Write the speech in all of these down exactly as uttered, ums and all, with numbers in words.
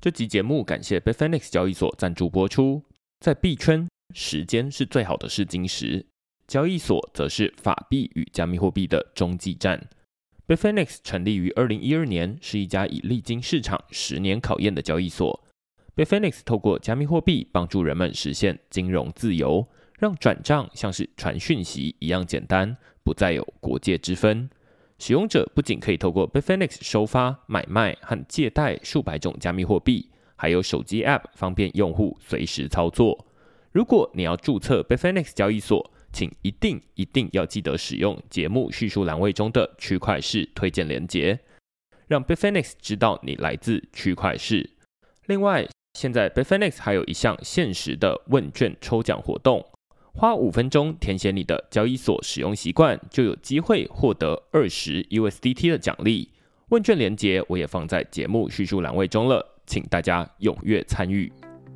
这集节目感谢 Bitfinex 交易所赞助播出。在币圈，时间是最好的试金石，交易所则是法币与加密货币的中继站。Bitfinex 成立于二零一二年，是一家已历经市场十年考验的交易所。Bitfinex 透过加密货币帮助人们实现金融自由，让转账像是传讯息一样简单，不再有国界之分。使用者不仅可以透过 Bitfinex 收发、买卖和借贷数百种加密货币，还有手机 App 方便用户随时操作。如果你要注册 Bitfinex 交易所，请一定一定要记得使用节目叙述栏位中的区块式推荐连结，让 Bitfinex 知道你来自区块式。另外，现在 Bitfinex 还有一项限时的问卷抽奖活动，花五分钟填写你的交易所使用习惯，就有机会获得二十 U S D T 的奖励。问卷连结我也放在节目叙述栏位中了，请大家踊跃参与。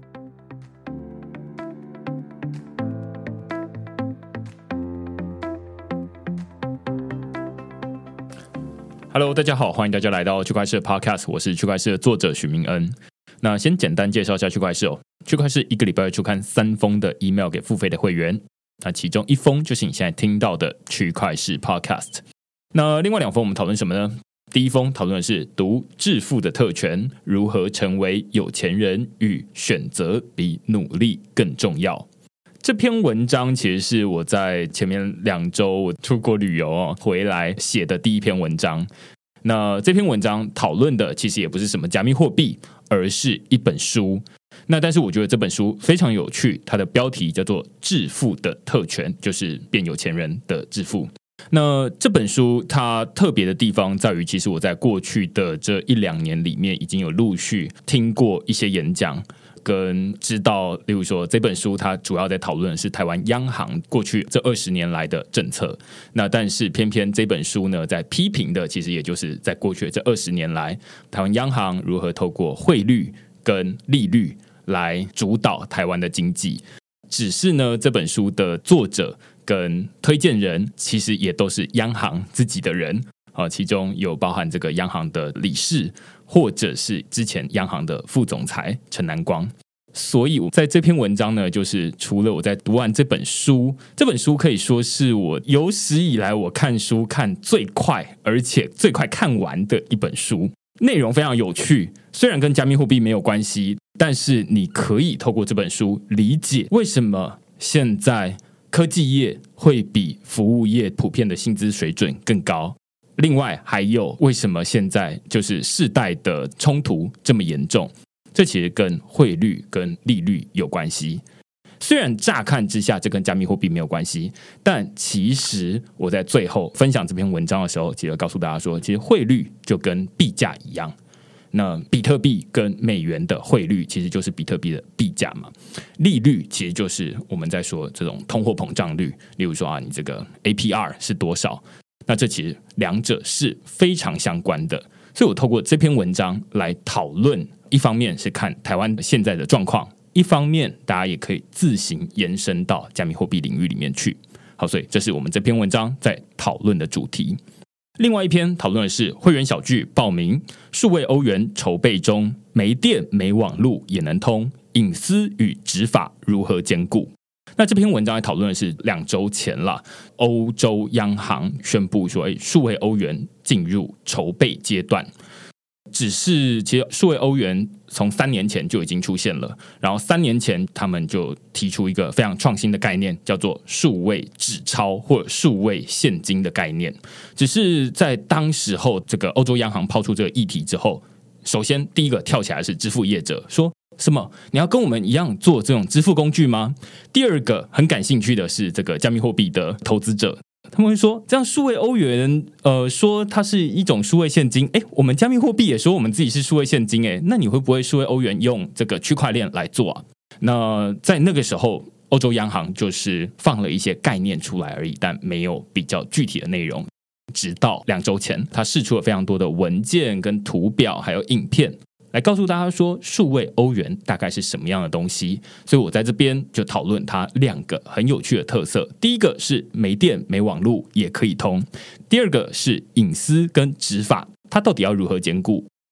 Hello， 大家好，欢迎大家来到区块市的 Podcast， 我是区块市的作者许明恩。那先简单介绍一下区块市哦。区块市一个礼拜会出刊三封的 email 给付费的会员，那其中一封就是你现在听到的区块市 Podcast。那另外两封我们讨论什么呢？第一封讨论的是读致富的特权，如何成为有钱人与选择比努力更重要。这篇文章其实是我在前面两周我出国旅游、哦、回来写的第一篇文章。那这篇文章讨论的其实也不是什么加密货币，而是一本书。那但是我觉得这本书非常有趣，它的标题叫做《致富的特权》，就是变有钱人的致富。那这本书它特别的地方在于，其实我在过去的这一两年里面已经有陆续听过一些演讲，跟知道例如说这本书它主要在讨论的是台湾央行过去这二十年来的政策。那但是偏偏这本书呢，在批评的其实也就是在过去这二十年来台湾央行如何透过汇率跟利率来主导台湾的经济。只是呢，这本书的作者跟推荐人其实也都是央行自己的人，其中有包含这个央行的理事，或者是之前央行的副总裁陈南光。所以在这篇文章呢，就是除了我在读完这本书，这本书可以说是我有史以来我看书看最快，而且最快看完的一本书。内容非常有趣，虽然跟加密货币没有关系，但是你可以透过这本书理解为什么现在科技业会比服务业普遍的薪资水准更高。另外还有为什么现在就是世代的冲突这么严重，这其实跟汇率跟利率有关系。虽然乍看之下这跟加密货币没有关系，但其实我在最后分享这篇文章的时候，其实告诉大家说，其实汇率就跟币价一样。那比特币跟美元的汇率其实就是比特币的币价嘛，利率其实就是我们在说这种通货膨胀率，例如说啊，你这个 A P R 是多少，那这其实两者是非常相关的。所以我透过这篇文章来讨论，一方面是看台湾现在的状况，一方面大家也可以自行延伸到加密货币领域里面去。好，所以这是我们这篇文章在讨论的主题。另外一篇讨论的是会员小聚报名，数位欧元筹备中，没电没网路也能通，隐私与执法如何兼顾。那这篇文章在讨论的是两周前啦，欧洲央行宣布说，数位欧元进入筹备阶段。只是其实数位欧元从三年前就已经出现了，然后三年前他们就提出一个非常创新的概念，叫做数位纸钞或者数位现金的概念。只是在当时候这个欧洲央行抛出这个议题之后，首先第一个跳起来是支付业者，说什么你要跟我们一样做这种支付工具吗？第二个很感兴趣的是这个加密货币的投资者，他们会说这样数位欧元呃，说它是一种数位现金，诶，我们加密货币也说我们自己是数位现金，诶，那你会不会数位欧元用这个区块链来做啊？那在那个时候欧洲央行就是放了一些概念出来而已，但没有比较具体的内容。直到两周前他释出了非常多的文件跟图表还有影片来告诉大家说数位欧元大概是什么样的东西。所以我在这边就讨论它两个很有趣的特色，第一个是没电没网路也可以通，第二个是隐私跟执法它到底要如何兼顾。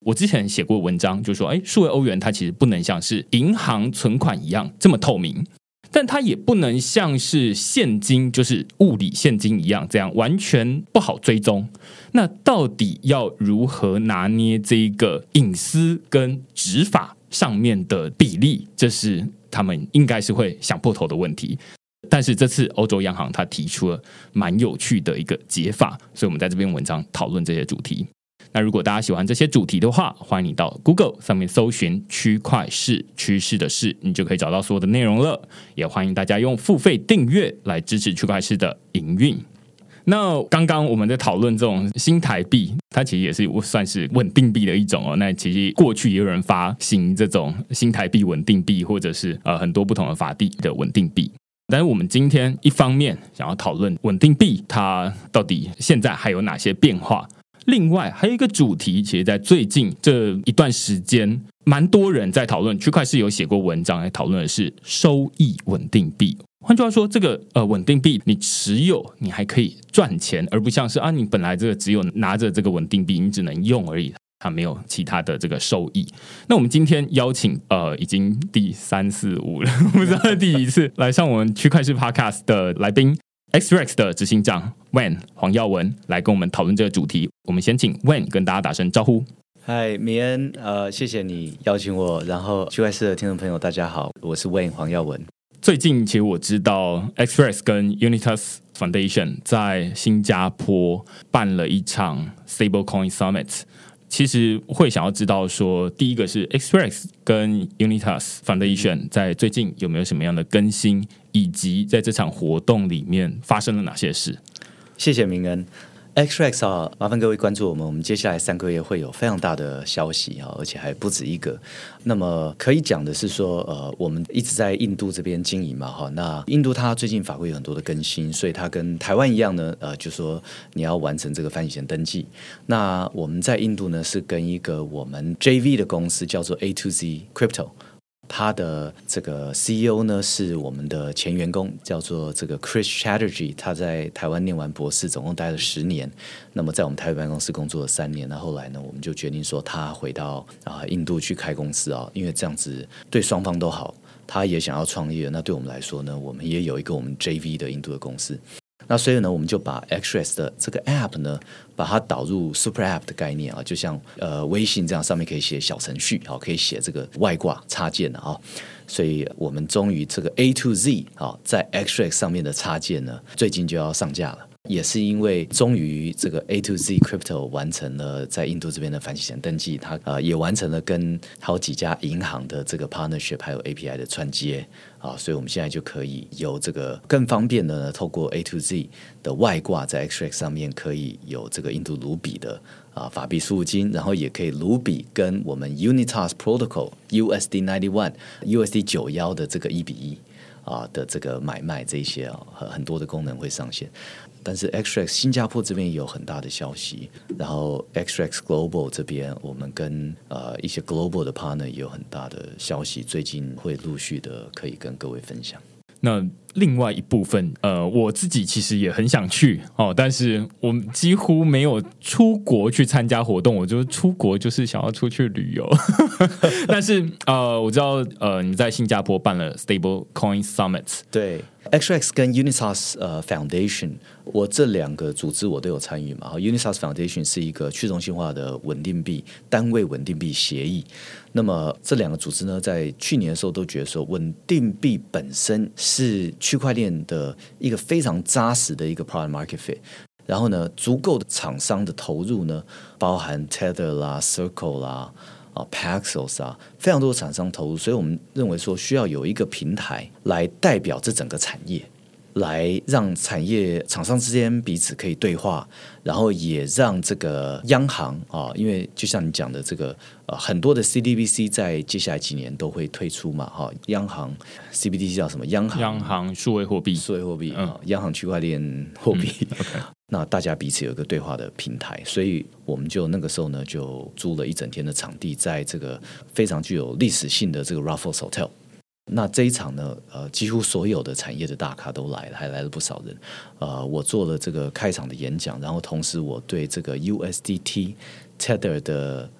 我之前写过文章，就说，哎，数位欧元它其实不能像是银行存款一样这么透明，但它也不能像是现金，就是物理现金一样这样完全不好追踪。那到底要如何拿捏这一个隐私跟执法上面的比例，这是他们应该是会想破头的问题。但是这次欧洲央行它提出了蛮有趣的一个解法，所以我们在这篇文章讨论这些主题。那如果大家喜欢这些主题的话，欢迎你到 Google 上面搜寻区块市，趋势的市，你就可以找到所有的内容了。也欢迎大家用付费订阅来支持区块市的营运。那刚刚我们在讨论这种新台币，它其实也是算是稳定币的一种哦。那其实过去也有人发行这种新台币稳定币，或者是呃很多不同的法币的稳定币。但是我们今天一方面想要讨论稳定币它到底现在还有哪些变化，另外还有一个主题，其实在最近这一段时间蛮多人在讨论，区块市有写过文章来讨论的是收益稳定币。换句话说，这个呃稳定币你持有你还可以赚钱，而不像是啊你本来这个只有拿着这个稳定币你只能用而已，它没有其他的这个收益。那我们今天邀请呃已经第三四五了，不知道第几次来上我们区块市 Podcast 的来宾 X R E X 的执行长 Wayne 黄耀文来跟我们讨论这个主题。我们先请 Wayne 跟大家打声招呼。 嗨，米恩，呃，谢谢你邀请我。然后区块市的听众朋友大家好，我是 Wayne 黄耀文。 最近其实我知道 X R E X 跟 Unitas Foundation 在新加坡办了一场 Stablecoin Summit。其实会想要知道说，第一个是 X R E X 跟 Unitas Foundation 在最近有没有什么样的更新，以及在这场活动里面发生了哪些事。 谢谢明恩。X R E X 啊，麻烦各位关注我们，我们接下来三个月会有非常大的消息啊，而且还不止一个。那么可以讲的是说，呃，我们一直在印度这边经营嘛，哈，那印度它最近法规有很多的更新，所以它跟台湾一样呢，呃，就说你要完成这个反洗钱登记。那我们在印度呢是跟一个我们 J V 的公司叫做 A to Z Crypto。他的这个 C E O 呢是我们的前员工，叫做这个 Chris Chatterjee， 他在台湾念完博士，总共待了十年。那么在我们台北办公室工作了三年。那后来呢，我们就决定说他回到啊印度去开公司啊，因为这样子对双方都好。他也想要创业，那对我们来说呢，我们也有一个我们 J V 的印度的公司。那所以呢，我们就把 X R E X 的这个 App 呢，把它导入 Super App 的概念啊，就像呃微信这样，上面可以写小程序，好，可以写这个外挂插件的啊。所以我们终于这个 A to Z 啊，在 X R E X 上面的插件呢，最近就要上架了。也是因为终于这个 A to Z Crypto 完成了在印度这边的反洗钱登记，它呃也完成了跟好几家银行的这个 partnership 还有 A P I 的串接啊，所以我们现在就可以有这个更方便的呢，透过 A to Z 的外挂在 X R E X 上面可以有这个印度卢比的啊法币输入金，然后也可以卢比跟我们 Unitas Protocol U S D 九十一 U S D 九十一的这个一比一啊的这个买卖，这一些啊很多的功能会上线。但是 X R E X 新加坡这边也有很大的消息，然后 X R E X Global 这边我们跟呃一些 Global 的 partner 也有很大的消息，最近会陆续的可以跟各位分享。 那另外一部分，呃，我自己其实也很想去哦，但是我几乎没有出国去参加活动，我就出国就是想要出去旅游。但是呃，我知道呃你在新加坡办了 Stablecoin Summit， 对。X R E X 跟 Unitas、呃、Foundation， 我这两个组织我都有参与嘛。Unitas Foundation 是一个去中心化的稳定币单位稳定币协议。那么这两个组织呢，在去年的时候都觉得说，稳定币本身是区块链的一个非常扎实的一个 product market fit。然后呢，足够的厂商的投入呢，包含 Tether 啦、Circle 啦。啊 Paxos 啊，非常多的厂商投入，所以我们认为说需要有一个平台来代表这整个产业，来让产业厂商之间彼此可以对话，然后也让这个央行啊，因为就像你讲的这个呃很多的 C D B C 在接下来几年都会退出嘛，哈，央行 C B D C 叫什么？央行央行数位货币， 数位货币啊，央行区块链货币。 嗯 okay. 那大家彼此有一个对话的平台，所以我们就那个时候呢，就租了一整天的场地，在这个非常具有历史性的这个 Raffles Hotel。那这一场呢，呃，几乎所有的产业的大咖都来了，还来了不少人。呃，我做了这个开场的演讲，然后同时我对这个 U S D T Tether 的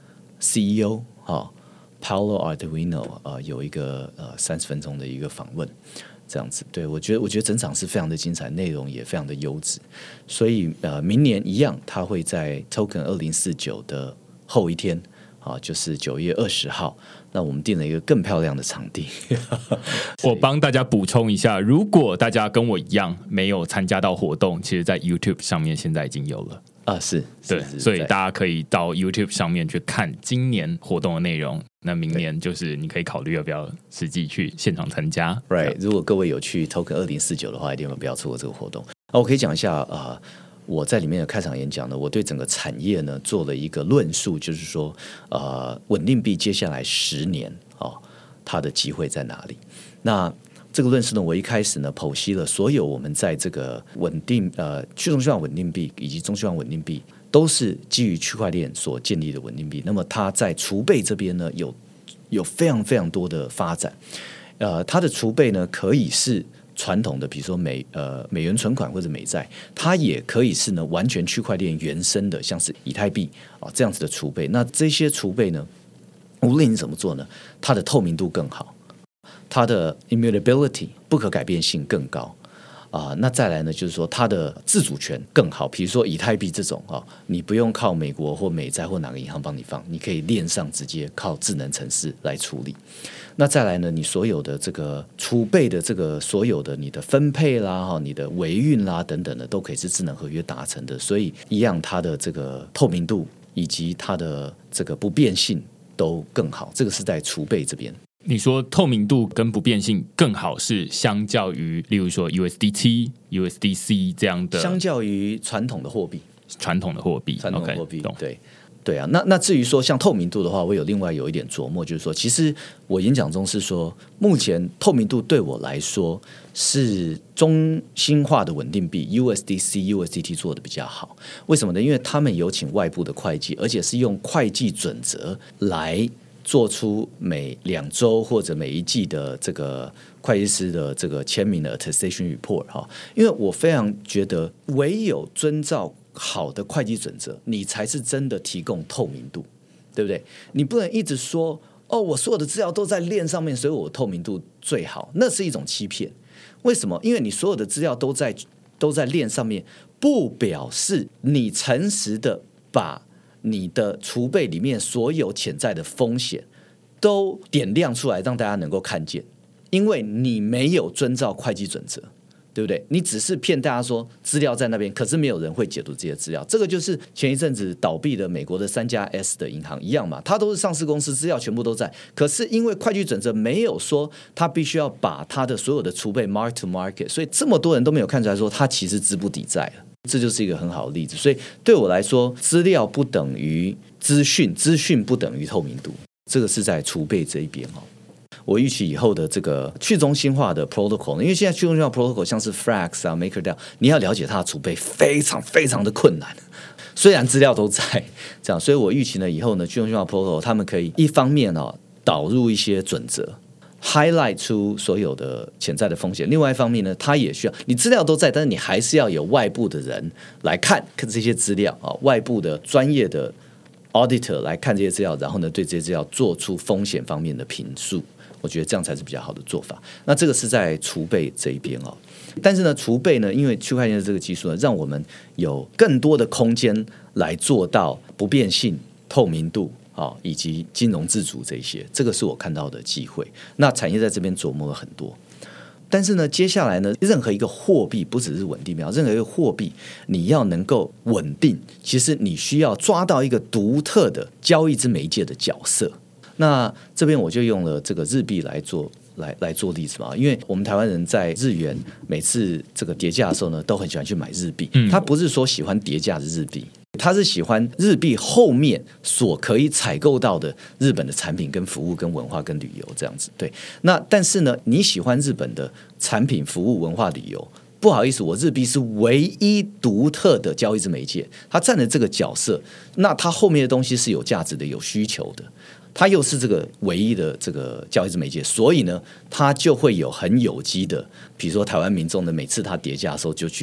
C E O 哈 Paolo Ardoino 呃有一个呃三十分钟的一个访问。这样子，对我觉得，我觉得整场是非常的精彩，内容也非常的优质，所以呃，明年一样，他会在 Token 二零四九的后一天，啊，就是九月二十号，那我们定了一个更漂亮的场地。 我帮大家补充一下，如果大家跟我一样没有参加到活动，其实在 YouTube 上面现在已经有了。 啊，是， 对，所以大家可以到 YouTube 上面去看今年活动的内容。那明年就是你可以考虑要不要实际去现场参加。 Right， 如果各位有去 Token 二零四九的话，一定不要错过这个活动。那我可以讲一下啊、呃，我在里面的开场演讲呢，我对整个产业呢做了一个论述，就是说，呃，稳定币接下来十年哦，它的机会在哪里？那这个论述呢，我一开始呢剖析了所有我们在这个稳定呃去中心化稳定币以及中心化稳定币都是基于区块链所建立的稳定币。那么它在储备这边呢有有非常非常多的发展。呃，它的储备呢可以是传统的，比如说美呃美元存款或者美债，它也可以是呢完全区块链原生的，像是以太币啊这样子的储备。那这些储备呢，无论你怎么做呢，它的透明度更好。它的 immutability 不可改变性更高啊、呃，那再来呢，就是说它的自主权更好。比如说以太币这种啊、哦，你不用靠美国或美债或哪个银行帮你放，你可以链上直接靠智能程式来处理。那再来呢，你所有的这个储备的这个所有的你的分配啦、哈、你的维运啦等等的，都可以是智能合约达成的。所以一样，它的这个透明度以及它的这个不变性都更好。这个是在储备这边。 你说透明度跟不变性更好，是相较于例如说 U S D T、U S D C 这样的， 相较于传统的货币， 传统的货币， 传统的货币， okay, 对对啊。那那至于说像透明度的话，我有另外有一点琢磨，就是说，其实我演讲中是说，目前透明度对我来说是中心化的稳定币 U S D C、U S D T 做的比较好。为什么呢？因为他们有请外部的会计，而且是用会计准则来做出每两周或者每一季的这个会计师的这个签名的 attestation report 哈，因为我非常觉得唯有遵照好的会计准则，你才是真的提供透明度，对不对？你不能一直说哦，我所有的资料都在链上面，所以我透明度最好，那是一种欺骗。为什么？因为你所有的资料都在都在链上面，不表示你诚实的把你的储备里面所有潜在的风险都点亮出来，让大家能够看见。因为你没有遵照会计准则，对不对？你只是骗大家说资料在那边，可是没有人会解读这些资料。这个就是前一阵子倒闭的美国的三家 S 的银行一样嘛，它都是上市公司，资料全部都在，可是因为会计准则没有说它必须要把它的所有的储备 mark to market， 所以这么多人都没有看出来说它其实资不抵债了。这就是一个很好的例子。所以对我来说，资料不等于资讯，资讯不等于透明度，这个是在储备这一边哦。我预期以后的这个去中心化的 protocol， 因为现在去中心化 protocol 像是 Frax 啊 MakerDAO， 你要了解它的储备非常非常的困难，虽然资料都在这样，所以我预期呢以后呢去中心化 protocol 他们可以一方面哦导入一些准则，highlight 出所有的潜在的风险。另外一方面呢，它也需要你资料都在，但是你还是要有外部的人来看看这些资料啊，外部的专业的 auditor 来看这些资料，然后呢对这些资料做出风险方面的评述。我觉得这样才是比较好的做法。那这个是在储备这一边哦，但是呢，储备呢，因为区块链的这个技术呢，让我们有更多的空间来做到不变性、透明度。哦、以及金融自主这些，这个是我看到的机会。那产业在这边琢磨了很多，但是呢，接下来呢，任何一个货币不只是稳定币，任何一个货币你要能够稳定，其实你需要抓到一个独特的交易之媒介的角色。那这边我就用了这个日币来做来来做例子嘛，因为我们台湾人在日元每次这个跌价的时候呢，都很喜欢去买日币。嗯，他不是说喜欢跌价的日币。他是喜欢日币后面所可以采购到的日本的产品跟服务跟文化跟旅游这样子。对，那但是呢，你喜欢日本的产品服务文化旅游，不好意思，我日币是唯一独特的交易之媒介，它占了这个角色，那它后面的东西是有价值的有需求的，它又是这个唯一的这个交易之媒介，所以呢它就会有很有机的，比如说台湾民众呢每次它跌价的时候就去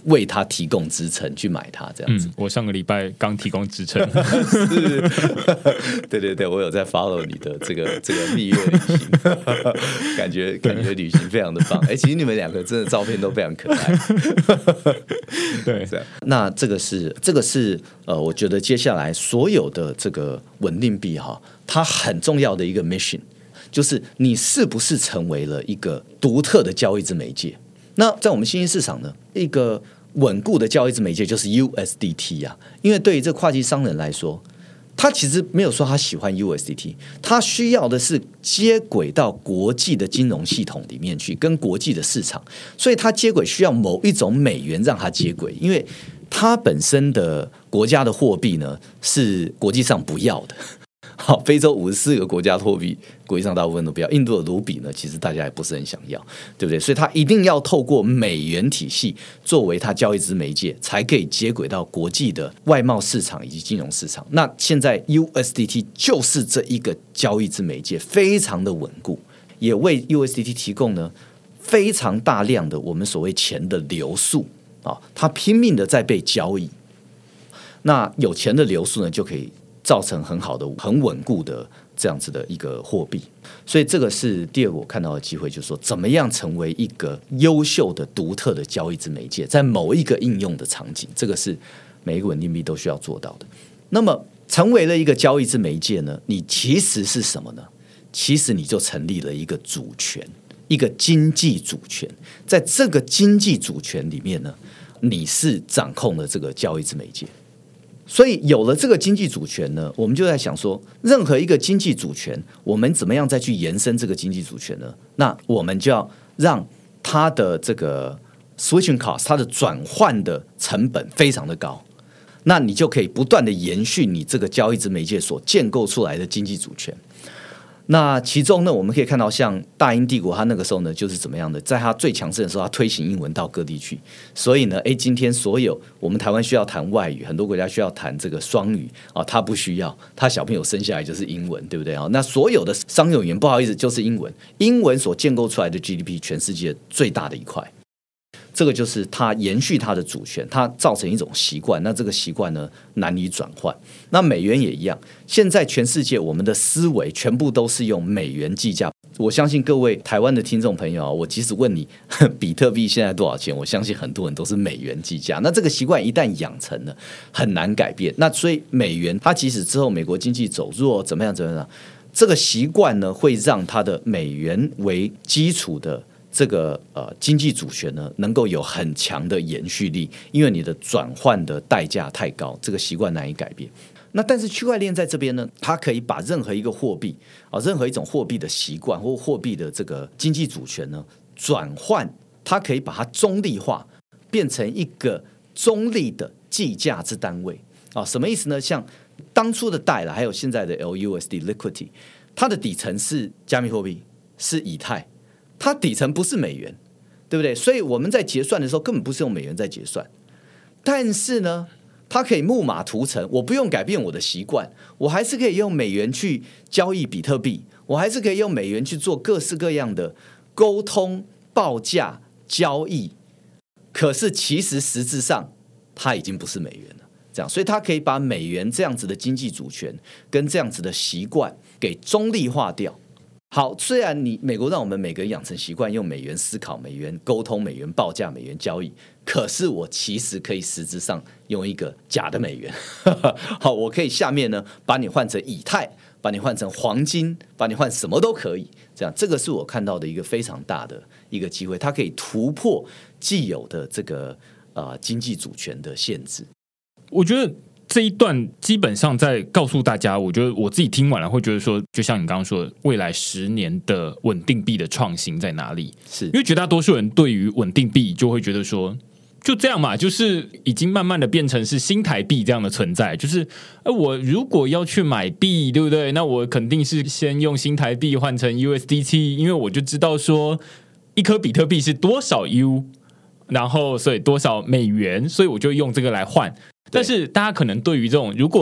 为他提供支撑去买它这样子。 嗯，我上个礼拜刚提供支撑， 是，对对对，我有在 follow 你的这个这个蜜月旅行，感觉感觉旅行非常的棒。哎，其实你们两个真的照片都非常可爱。 对， 那这个是这个是呃，我觉得接下来所有的这个稳定币哈，它很重要的一个 mission。就是你是不是成为了一个独特的交易之媒介？那在我们新兴市场呢，一个稳固的交易之媒介就是 U S D T 啊。因为对于这跨境商人来说，他其实没有说他喜欢 U S D T， 他需要的是接轨到国际的金融系统里面去，跟国际的市场。所以他接轨需要某一种美元让他接轨，因为他本身的国家的货币呢是国际上不要的。好，非洲五十四个国家货币，国际上大部分都不要。印度的卢比呢，其实大家也不是很想要，对不对？所以它一定要透过美元体系作为它交易之媒介，才可以接轨到国际的外贸市场以及金融市场。那现在 U S D T 就是这一个交易之媒介，非常的稳固，也为 U S D T 提供呢非常大量的我们所谓钱的流速啊，它拼命的在被交易。那有钱的流速呢，就可以造成很好的、很稳固的这样子的一个货币，所以这个是第二个我看到的机会，就是说怎么样成为一个优秀的、独特的交易之媒介，在某一个应用的场景，这个是每一个稳定币都需要做到的。那么，成为了一个交易之媒介呢，你其实是什么呢？其实你就成立了一个主权，一个经济主权，在这个经济主权里面呢，你是掌控了这个交易之媒介。所以有了这个经济主权呢，我们就在想说，任何一个经济主权，我们怎么样再去延伸这个经济主权呢？那我们就要让它的这个 switching cost， 它的转换的成本非常的高，那你就可以不断的延续你这个交易之媒介所建构出来的经济主权。那其中呢，我们可以看到像大英帝国，它那个时候呢就是怎么样的，在它最强盛的时候，它推行英文到各地去。所以呢，哎，今天所有我们台湾需要谈外语，很多国家需要谈这个双语啊，它不需要，它小朋友生下来就是英文，对不对啊？那所有的商用语言，不好意思，就是英文，英文所建构出来的 G D P， 全世界最大的一块。这个就是它延续它的主权，它造成一种习惯，那这个习惯呢难以转换。那美元也一样，现在全世界我们的思维全部都是用美元计价。我相信各位台湾的听众朋友啊，我即使问你比特币现在多少钱，我相信很多人都是美元计价。那这个习惯一旦养成了，很难改变。那所以美元它即使之后美国经济走弱，怎么样怎么样，这个习惯呢会让它的美元为基础的这个呃经济主权呢，能够有很强的延续力，因为你的转换的代价太高，这个习惯难以改变。那但是区块链在这边呢，它可以把任何一个货币啊，任何一种货币的习惯或货币的这个经济主权呢，转换，它可以把它中立化，变成一个中立的计价之单位啊。什么意思呢？像当初的 D A I 还有现在的 L U S D Liquidity， 它的底层是加密货币，是以太。它底层不是美元，对不对？所以我们在结算的时候根本不是用美元在结算，但是呢，它可以木马屠城，我不用改变我的习惯，我还是可以用美元去交易比特币，我还是可以用美元去做各式各样的沟通、报价、交易。可是其实实质上它已经不是美元了，这样，所以它可以把美元这样子的经济主权跟这样子的习惯给中立化掉。好，虽然你美国让我们每个人养成习惯用美元思考、美元沟通、美元报价、美元交易，可是我其实可以实质上用一个假的美元。好，我可以下面呢把你换成以太，把你换成黄金，把你换什么都可以。这样，这个是我看到的一个非常大的一个机会，它可以突破既有的这个呃经济主权的限制。 我觉得这一段基本上在告诉大家，我觉得我自己听完了会觉得说，就像你刚刚说的，未来十年的稳定币的创新在哪里？ 是因为绝大多数人对于稳定币就会觉得说，就这样嘛，就是已经慢慢的变成是新台币这样的存在，就是呃，我如果要去买币，对不对？那我肯定是先用新台币换成 U S D T， 因为我就知道说一颗比特币是多少 U， 然后所以多少美元，所以我就用这个来换。但是大家可能对于这种如果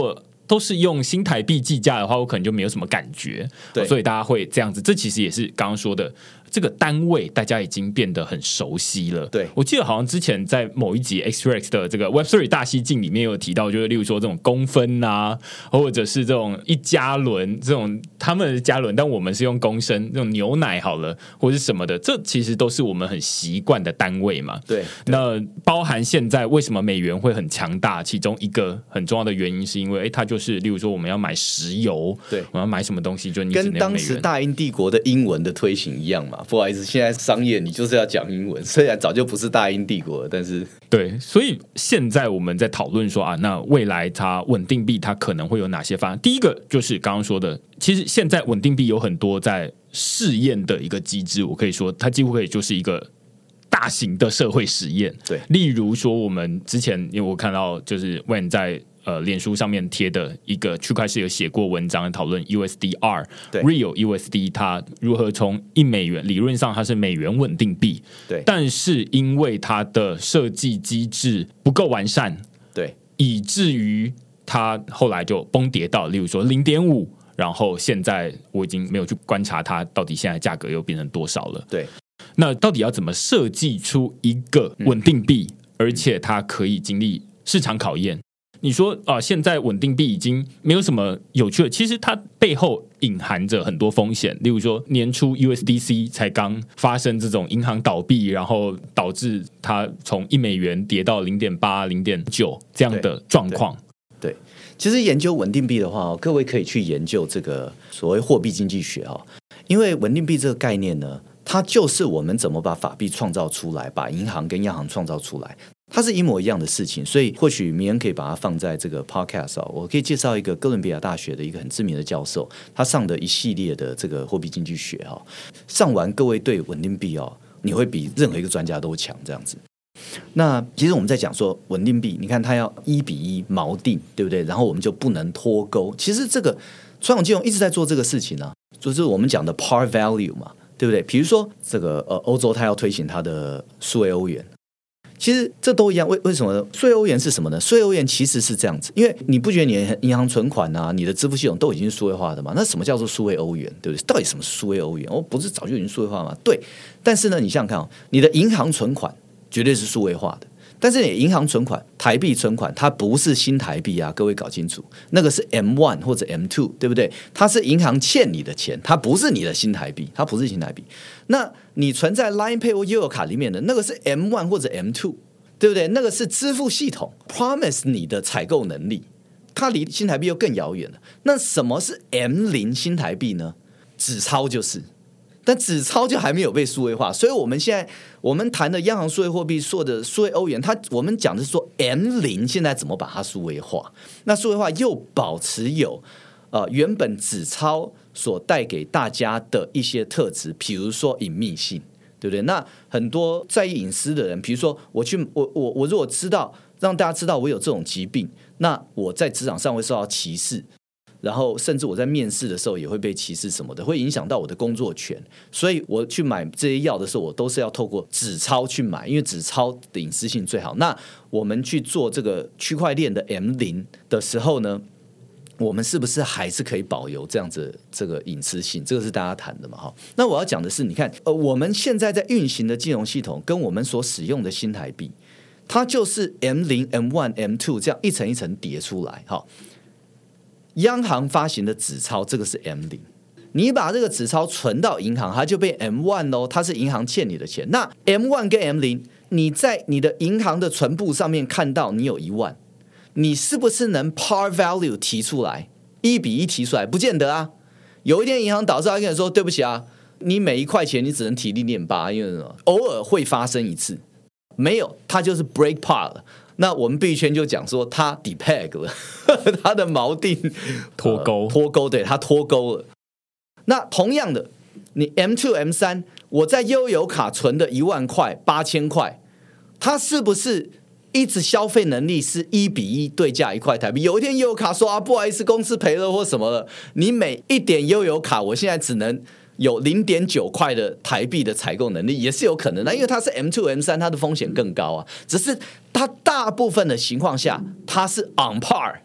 都是用新台币计价的话，我可能就没有什么感觉， 对， 所以大家会这样子。这其实也是刚刚说的。这个单位大家已经变得很熟悉了。 对， 我记得好像之前在某一集 X R X 的这个 Web 三 大西进里面有提到，就是例如说这种公分啊，或者是这种一加仑这种他们的加仑，但我们是用公升，这种牛奶好了，或者是什么的，这其实都是我们很习惯的单位嘛。 对， 那包含现在为什么美元会很强大，其中一个很重要的原因是因为，哎，它就是例如说我们要买石油， 对， 我们要买什么东西，就你只能用美元。 跟当时大英帝国的英文的推行一样嘛。不好意思，现在商业你就是要讲英文，虽然早就不是大英帝国了，但是对，所以现在我们在讨论说啊，那未来它稳定币它可能会有哪些方案？第一个就是刚刚说的，其实现在稳定币有很多在试验的一个机制，我可以说它几乎可以就是一个大型的社会实验。 对， 例如说我们之前因为我看到就是 When 在呃，脸书上面贴的一个区块链有写过文章讨论 U S D R Real U S D 它如何从一美元，理论上它是美元稳定币， 对， 但是因为它的设计机制不够完善， 对， 以至于它后来就崩跌到例如说 零点五， 然后现在我已经没有去观察它到底现在价格又变成多少了。 对， 那到底要怎么设计出一个稳定币，嗯、而且它可以经历市场考验？你说啊、呃，现在稳定币已经没有什么有趣的，其实它背后隐含着很多风险。例如说，年初 U S D C 才刚发生这种银行倒闭，然后导致它从一美元跌到零点八、零点九这样的状况。 对，对，其实研究稳定币的话，各位可以去研究这个所谓货币经济学哈，因为稳定币这个概念呢，它就是我们怎么把法币创造出来，把银行跟央行创造出来。它是一模一样的事情，所以或许明恩可以把它放在这个 podcast 哦。我可以介绍一个哥伦比亚大学的一个很知名的教授，他上的一系列的这个货币经济学哦，上完各位对稳定币哦，你会比任何一个专家都强这样子。那其实我们在讲说稳定币，你看它要一比一锚定，对不对？然后我们就不能脱钩。其实这个传统金融一直在做这个事情啊，就是我们讲的 par value 嘛，对不对？比如说这个呃，欧洲它要推行它的数位欧元。其实这都一样，为为什么呢？数位欧元是什么呢？数位欧元其实是这样子，因为你不觉得你的银行存款啊，你的支付系统都已经是数位化的吗？那什么叫做数位欧元？对不对？到底什么是数位欧元？哦，不是早就已经数位化吗？对，但是呢，你想想看哦，你的银行存款绝对是数位化的，但是你的银行存款、台币存款，它不是新台币啊，各位搞清楚，那个是 M 一 或者 M 二， 对不对？它是银行欠你的钱，它不是你的新台币，它不是新台币。那你存在 Line Pay 或悠游卡里面的那个是 M 一 或者 M 二， 对不对？那个是支付系统 promise 你的采购能力，它离新台币又更遥远了。那什么是 M 零 新台币呢？纸钞就是，但纸钞就还没有被数位化，所以我们现在我们谈的央行数位货币说的数位欧元，它我们讲的是说 M 零 现在怎么把它数位化？那数位化又保持有呃原本纸钞所带给大家的一些特质，比如说隐秘性，对不对？那很多在意隐私的人，比如说我去我我我如果知道让大家知道我有这种疾病，那我在职场上会受到歧视。然后甚至我在面试的时候也会被歧视什么的，会影响到我的工作权，所以我去买这些药的时候，我都是要透过纸钞去买，因为纸钞的隐私性最好。那我们去做这个区块链的 M 零 的时候呢，我们是不是还是可以保留这样子这个隐私性？这个是大家谈的嘛？哈，那我要讲的是，你看，呃，我们现在在运行的金融系统跟我们所使用的新台币，它就是 M 零、M 一、M 二 这样一层一层叠出来，哈。央行发行的纸钞，这个是 M 零， 你把这个纸钞存到银行，它就变 M 一 咯，它是银行欠你的钱。那 M 一 跟 M 零， 你在你的银行的存簿上面看到你有一万，你是不是能 par value 提出来，一比一提出来？不见得啊。有一天银行倒掉，他跟你说对不起啊，你每一块钱你只能提 零点八， 因为什么？偶尔会发生一次，没有，它就是 break par 了。那我们币圈就讲说它 depeg 了，它的锚定脱钩、呃、 脱钩，对，它脱钩了。那同样的，你 M 二 M 三， 我在悠游卡存的一万块、八千块，它是不是一直消费能力是一比一对价一块台币？有一天悠游卡说啊，不好意思，公司赔了或什么了，你每一点悠游卡，我现在只能有 零点九 块的台币的采购能力，也是有可能的，因为它是 M 二 M 三， 它的风险更高啊。只是它大部分的情况下，它是 on par，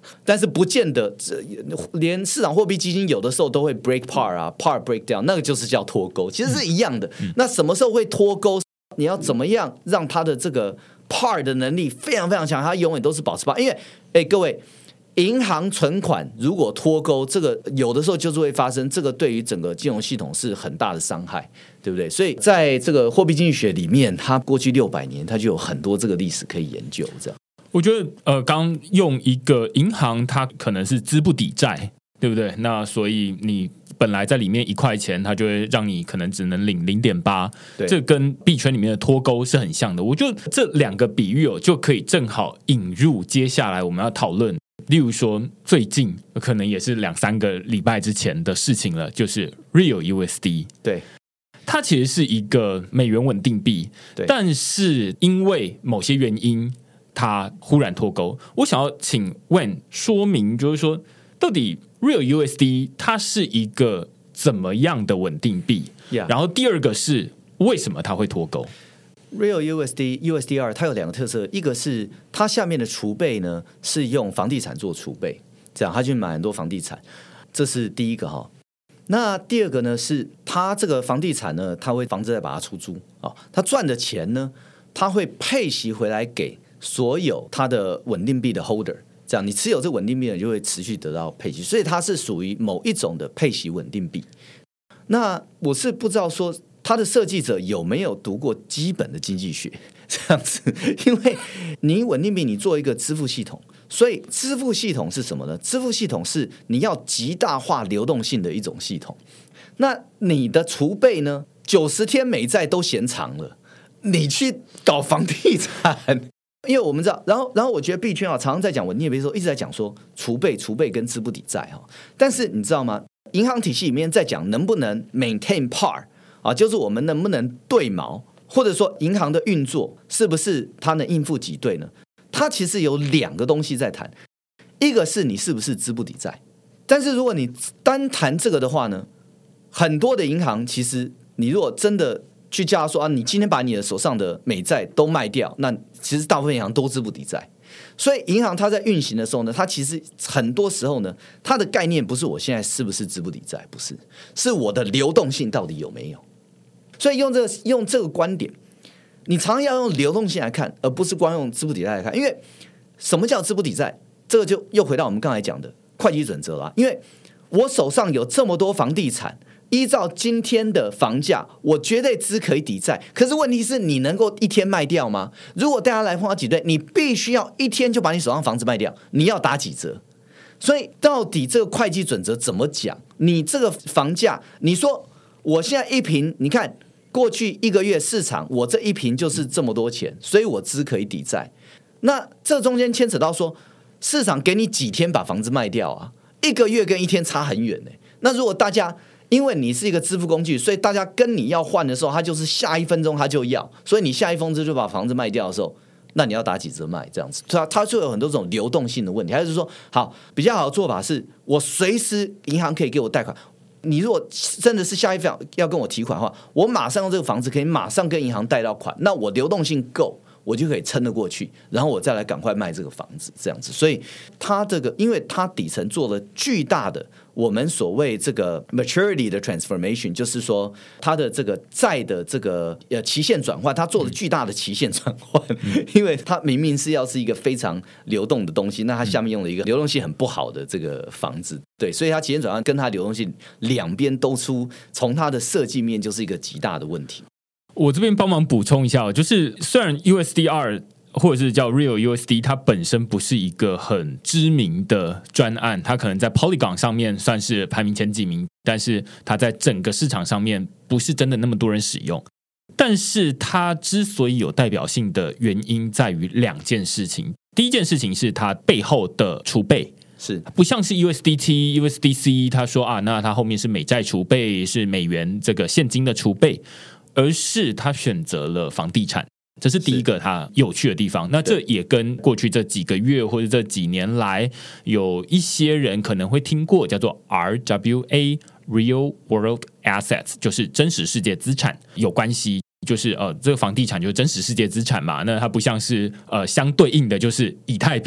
但是不见得连市场货币基金有的时候都会 break par 啊 par break down， 那个就是叫脱钩，其实是一样的。嗯、那什么时候会脱钩？你要怎么样让它的这个 par 的能力非常非常强，它永远都是保持 par？ 因为哎，各位。银行存款如果脱钩，这个有的时候就是会发生，这个对于整个金融系统是很大的伤害，对不对？所以在这个货币经济学里面，它过去六百年，它就有很多这个历史可以研究。这样， 我觉得呃，刚用一个银行，它可能是资不抵债，对不对？那所以你本来在里面一块钱，它就会让你可能只能领零点八，这跟币圈里面的脱钩是很像的。我觉得这两个比喻哦，就可以正好引入接下来我们要讨论。例如说，最近可能也是两三个礼拜之前的事情了，就是 Real U S D， 对， 它其实是一个美元稳定币，但是因为某些原因，它忽然脱钩。我想要请 Wen 说明，就是说，到底 Real U S D 它是一个怎么样的稳定币？ Yeah. 然后第二个是为什么它会脱钩 ？Real U S D、U S D R 它有两个特色，一个是它下面的储备呢是用房地产做储备，这样它去买很多房地产，这是第一个哈。那第二个呢是它这个房地产呢，它会房子再把它出租啊，它赚的钱呢，它会配息回来给所有它的稳定币的 holder， 这样你持有这稳定币呢就会持续得到配息，所以它是属于某一种的配息稳定币。那我是不知道说。他的设计者有没有读过基本的经济学？这样子，因为你稳定币你做一个支付系统，所以支付系统是什么呢？支付系统是你要极大化流动性的一种系统。那你的储备呢？九十天美债都嫌长了，你去搞房地产，因为我们知道，然后，然后我觉得币圈啊，常常在讲稳定币的时候，一直在讲说储备、储备跟资不抵债哈。但是你知道吗？银行体系里面在讲能不能 maintain par。啊，就是我们能不能对锚，或者说银行的运作是不是它能应付挤兑呢？它其实有两个东西在谈，一个是你是不是资不抵债，但是如果你单谈这个的话呢，很多的银行其实你如果真的去叫他说啊，你今天把你的手上的美债都卖掉，那其实大部分银行都资不抵债。所以银行它在运行的时候呢，它其实很多时候呢，它的概念不是我现在是不是资不抵债，不是，是我的流动性到底有没有。所以用这个用这个观点，你常常要用流动性来看，而不是光用资不抵债来看。因为什么叫资不抵债？这个就又回到我们刚才讲的会计准则了。因为我手上有这么多房地产，依照今天的房价，我绝对资可以抵债。可是问题是你能够一天卖掉吗？如果大家来碰到挤兑，你必须要一天就把你手上房子卖掉，你要打几折？所以到底这个会计准则怎么讲？你这个房价，你说我现在一坪，你看。过去一个月市场，我这一坪就是这么多钱，所以我资可以抵债。那这中间牵扯到说，市场给你几天把房子卖掉啊？一个月跟一天差很远呢、欸。那如果大家因为你是一个支付工具，所以大家跟你要换的时候，他就是下一分钟他就要，所以你下一分钟就把房子卖掉的时候，那你要打几折卖这样子，它它就有很多种流动性的问题。还是说，好比较好的做法是我随时银行可以给我贷款。你如果真的是下一秒要跟我提款的话，我马上用这个房子可以马上跟银行贷到款，那我流动性够，我就可以撑得过去，然后我再来赶快卖这个房子，这样子。所以它这个，因为它底层做了巨大的我们所谓这个 maturity 的 transformation， 就是说它的这个债的这个呃期限转换，它做了巨大的期限转换，嗯、因为它明明是要是一个非常流动的东西，那它下面用了一个流动性很不好的这个房子。对，所以它期限转换跟它流动性两边都出，从它的设计面就是一个极大的问题。 我这边帮忙补充一下，就是虽然 U S D R 或者是叫 Real U S D， 它本身不是一个很知名的专案，它可能在 Polygon 上面算是排名前几名，但是它在整个市场上面不是真的那么多人使用。但是它之所以有代表性的原因在于两件事情。第一件事情是它背后的储备。 是不像是 U S D T、U S D C， 他说啊，那他后面是美债储备，是美元这个现金的储备，而是他选择了房地产，这是第一个他有趣的地方。那这也跟过去这几个月或者这几年来，有一些人可能会听过叫做 R W A Real World Assets， 就是真实世界资产有关系。就是呃，这个房地产就是真实世界资产嘛，那它不像是呃相对应的就是以太币。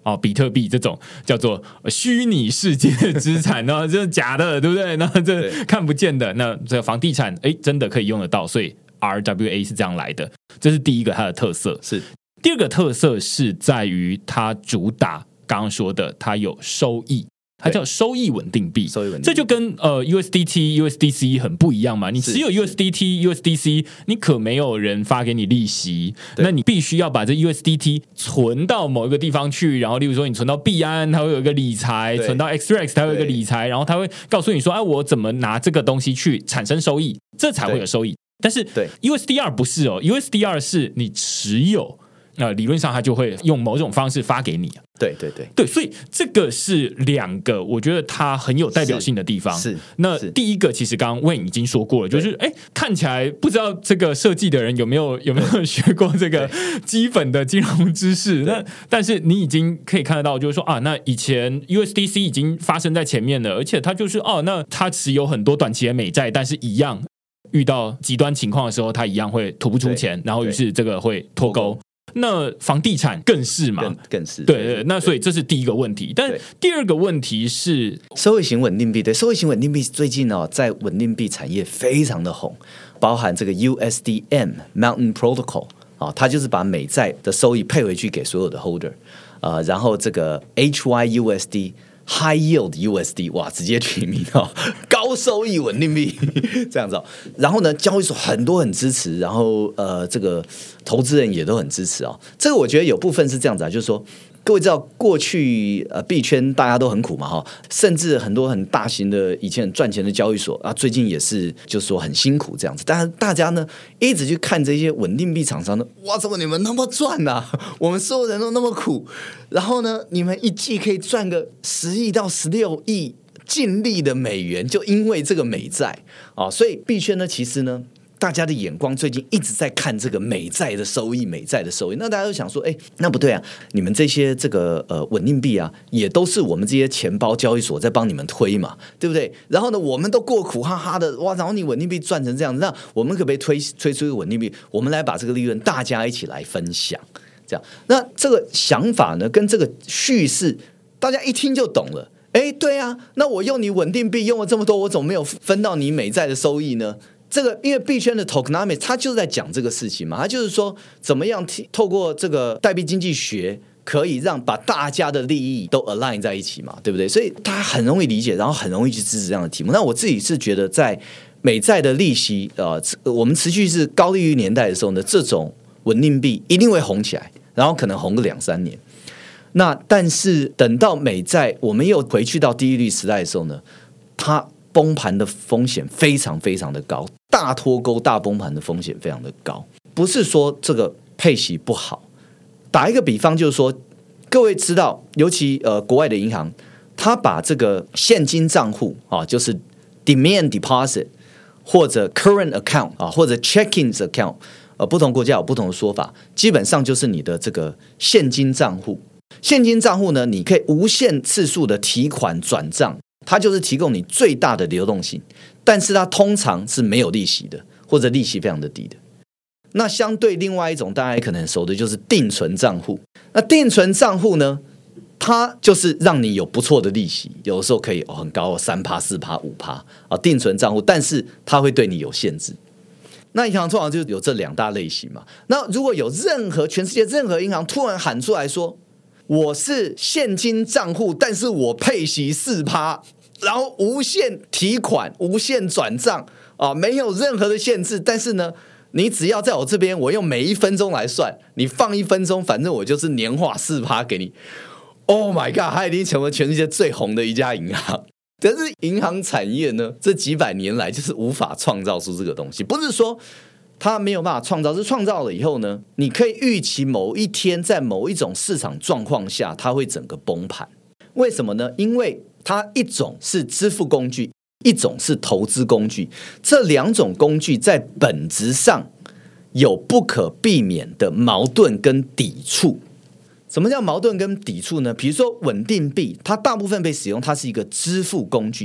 哦，比特币这种叫做虚拟世界资产呢，这是假的，对不对？那这看不见的，那这房地产哎，真的可以用得到，所以 R W A 是这样来的，这是第一个它的特色。是第二个特色是在于它主打刚刚说的，它有收益。它叫收益稳定币，收益稳定币这就跟呃 U S D T、U S D C 很不一样嘛。你持有 U S D T、U S D C， 你可没有人发给你利息，那你必须要把这 U S D T 存到某一个地方去，然后例如说你存到币安，它会有一个理财；存到 X R E X， 它会有一个理财，然后它会告诉你说，哎、啊，我怎么拿这个东西去产生收益，这才会有收益。但是 U S D R 不是哦 ，U S D R 是你持有。呃，理论上它就会用某种方式发给你。 对对对对，所以这个是两个我觉得它很有代表性的地方。是，是那第一个其实刚刚 Wayne 已经说过了，就是哎，看起来不知道这个设计的人有没有有没有学过这个基本的金融知识。那但是你已经可以看得到，就是说啊，那以前 U S D C 已经发生在前面了，而且它就是哦，那它持有很多短期的美债，但是一样遇到极端情况的时候，它一样会吐不出钱，然后于是这个会脱钩。那房地产更是嘛， 更, 更是对, 对对，那所以这是第一个问题。但第二个问题是收益型稳定币。对，收益型稳定币最近哦，在稳定币产业非常的红，包含这个 U S D M Mountain Protocol 啊、哦，它就是把美债的收益配回去给所有的 holder， 呃，然后这个 H Y U S D。High Yield U S D， 哇，直接取名哦，高收益稳定币这样子哦。然后呢，交易所很多很支持，然后呃，这个投资人也都很支持哦。这个我觉得有部分是这样子啊，就是说，各位知道过去呃币圈大家都很苦嘛哈，甚至很多很大型的以前很赚钱的交易所啊，最近也是就是说很辛苦这样子。但是大家呢一直去看这些稳定币厂商呢，哇，怎么你们那么赚啊？我们所有人都那么苦。然后呢，你们一季可以赚个十亿到十六亿净利的美元，就因为这个美债啊，所以币圈呢，其实呢，大家的眼光最近一直在看这个美债的收益，美债的收益。那大家就想说，哎，那不对啊，你们这些这个呃稳定币啊，也都是我们这些钱包交易所在帮你们推嘛，对不对？然后呢，我们都过苦哈哈的，哇，然后你稳定币赚成这样子，那我们可不可以推推出一个稳定币？我们来把这个利润大家一起来分享。这样，那这个想法呢，跟这个叙事，大家一听就懂了。哎，对啊，那我用你稳定币用了这么多，我怎么没有分到你美债的收益呢？这个因为币圈的 tokenomics， 它就是在讲这个事情嘛，它就是说怎么样透过这个代币经济学，可以让把大家的利益都 align 在一起嘛，对不对？所以大家很容易理解，然后很容易去支持这样的题目。那我自己是觉得，在美债的利息呃，我们持续是高利率年代的时候呢，这种稳定币一定会红起来。然后可能红个两三年，那但是等到美债我们又回去到低利率时代的时候呢，它崩盘的风险非常非常的高，大脱钩、大崩盘的风险非常的高。不是说这个配息不好，打一个比方就是说，各位知道，尤其呃国外的银行，它把这个现金账户啊，就是 demand deposit 或者 current account 啊，或者 checking account。呃，不同国家有不同的说法，基本上就是你的这个现金账户。现金账户呢，你可以无限次数的提款转账，它就是提供你最大的流动性，但是它通常是没有利息的，或者利息非常的低的。那相对另外一种大家可能熟的就是定存账户。那定存账户呢，它就是让你有不错的利息，有的时候可以、哦、很高，三趴、四趴、五趴啊，定存账户，但是它会对你有限制。那银行通常就有这两大类型嘛。那如果有任何全世界任何银行突然喊出来说，我是现金账户，但是我配息四趴，然后无限提款、无限转账啊，没有任何的限制，但是呢，你只要在我这边，我用每一分钟来算，你放一分钟，反正我就是年化四趴给你。Oh my god， 它已经成为全世界最红的一家银行。可是银行产业呢，这几百年来就是无法创造出这个东西。不是说它没有办法创造，是创造了以后呢，你可以预期某一天在某一种市场状况下，它会整个崩盘。为什么呢？因为它一种是支付工具，一种是投资工具，这两种工具在本质上有不可避免的矛盾跟抵触。什么叫矛盾跟抵触呢？比如说稳定币，它大部分被使用，它是一个支付工具，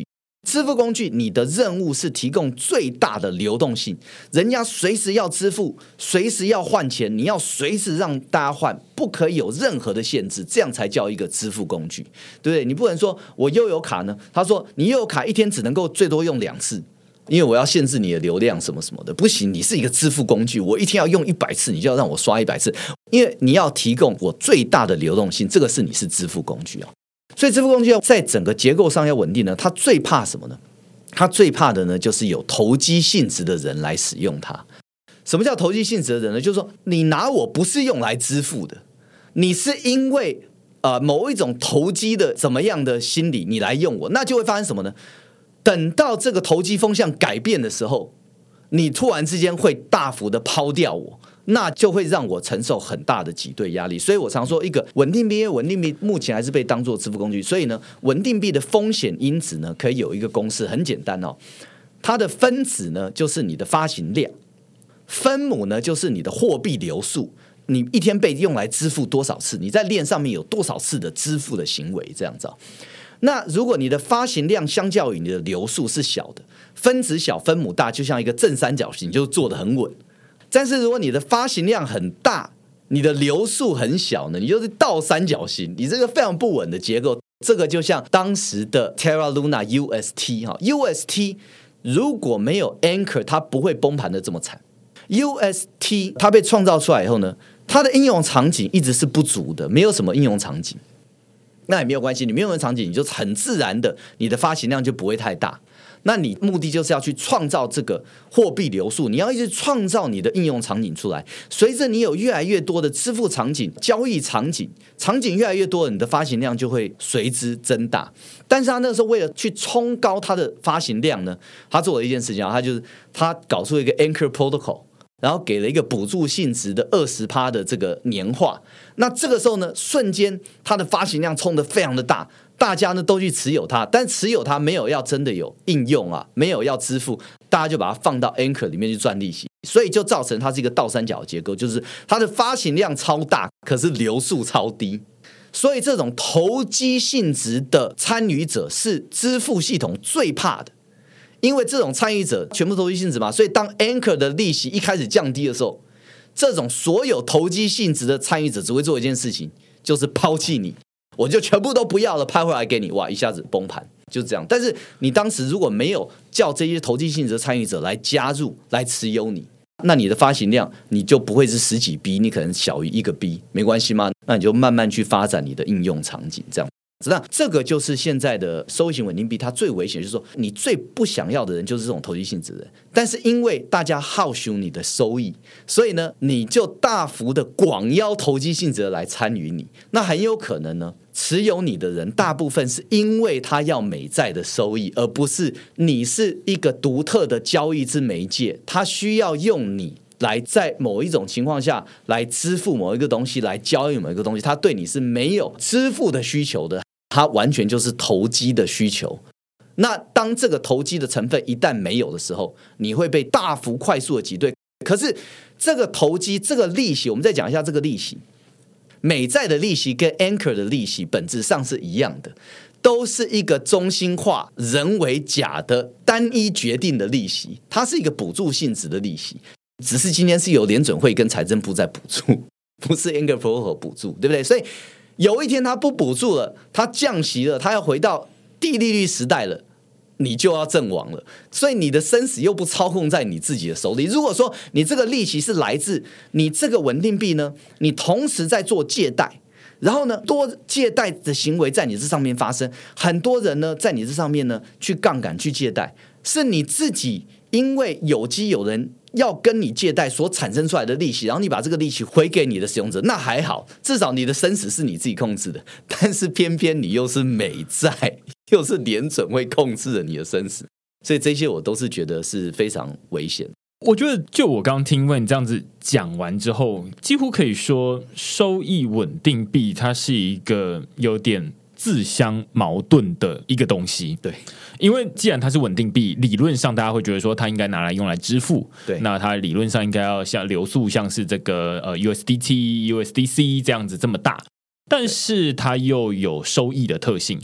支付工具你的任务是提供最大的流动性，人家随时要支付，随时要换钱，你要随时让大家换，不可以有任何的限制，这样才叫一个支付工具，对不对？你不能说我悠游卡呢，他说你悠游卡一天只能够最多用两次，因为我要限制你的流量什么什么的，不行，你是一个支付工具，我一天要用一百次，你就要让我刷一百次，因为你要提供我最大的流动性，这个是你是支付工具啊。所以支付工具要在整个结构上要稳定呢，它最怕什么呢？它最怕的呢，就是有投机性质的人来使用它。什么叫投机性质的人呢？就是说你拿我不是用来支付的，你是因为呃某一种投机的怎么样的心理你来用我，那就会发生什么呢？等到这个投机风向改变的时候，你突然之间会大幅的抛掉我，那就会让我承受很大的挤兑压力。所以我常说，一个稳定币，因为稳定币目前还是被当作支付工具，所以呢，稳定币的风险因子呢，可以有一个公式，很简单哦，它的分子呢就是你的发行量，分母呢就是你的货币流速，你一天被用来支付多少次，你在链上面有多少次的支付的行为，这样子哦。那如果你的发行量相较于你的流速是小的，分子小分母大，就像一个正三角形，就做得很稳。但是如果你的发行量很大，你的流速很小呢，你就是倒三角形，你这个非常不稳的结构。这个就像当时的 Terra Luna U S T 哈 ，U S T 如果没有 Anchor， 它不会崩盘的这么惨。U S T 它被创造出来以后呢，它的应用场景一直是不足的，没有什么应用场景。那也没有关系，你没有场景，你就很自然的，你的发行量就不会太大。那你目的就是要去创造这个货币流速，你要一直创造你的应用场景出来。随着你有越来越多的支付场景、交易场景，场景越来越多，你的发行量就会随之增大。但是他那时候为了去冲高它的发行量呢，他做了一件事情，他就是他搞出一个 Anchor Protocol。然后给了一个补助性质的 百分之二十 的这个年化，那这个时候呢，瞬间它的发行量冲得非常的大，大家呢都去持有它，但持有它没有要真的有应用啊，没有要支付，大家就把它放到 Anchor 里面去赚利息，所以就造成它是一个倒三角结构，就是它的发行量超大，可是流速超低。所以这种投机性质的参与者是支付系统最怕的。因为这种参与者全部投机性质嘛，所以当 Anchor 的利息一开始降低的时候，这种所有投机性质的参与者只会做一件事情，就是抛弃你，我就全部都不要了，拍回来给你，哇，一下子崩盘，就这样。但是你当时如果没有叫这些投机性质的参与者来加入、来持有你，那你的发行量你就不会是十几 B， 你可能小于一个 B， 没关系吗？那你就慢慢去发展你的应用场景，这样。那这个就是现在的收益型稳定币，它最危险，就是说你最不想要的人就是这种投机性质的人，但是因为大家好修你的收益，所以呢，你就大幅的广邀投机性质的来参与你，那很有可能呢，持有你的人大部分是因为他要美债的收益，而不是你是一个独特的交易之媒介，他需要用你来在某一种情况下来支付某一个东西，来交易某一个东西，他对你是没有支付的需求的，它完全就是投机的需求。那当这个投机的成分一旦没有的时候，你会被大幅快速的挤兑。可是这个投机，这个利息，我们再讲一下这个利息，美债的利息跟 Anchor 的利息本质上是一样的，都是一个中心化、人为假的单一决定的利息，它是一个补助性质的利息，只是今天是由联准会跟财政部在补助，不是 Anchor Protocol 补助，对不对？所以有一天他不补助了，他降息了，他要回到低利率时代了，你就要阵亡了。所以你的生死又不操控在你自己的手里。如果说你这个利息是来自你这个稳定币呢，你同时在做借贷，然后呢多借贷的行为在你这上面发生，很多人呢在你这上面呢去杠杆去借贷，是你自己因为有机有人要跟你借贷所产生出来的利息，然后你把这个利息回给你的使用者，那还好，至少你的生死是你自己控制的。但是偏偏你又是美债，又是联准会控制了你的生死，所以这些我都是觉得是非常危险。 我觉得就我刚刚听问这样子讲完之后，几乎可以说收益稳定币它是一个有点自相矛盾的一个东西。 对， 因为既然它是稳定币，理论上大家会觉得说它应该拿来用来支付， 对， 那它理论上应该要像流速像是这个呃 U S D T、U S D C 这样子这么大，但是它又有收益的特性。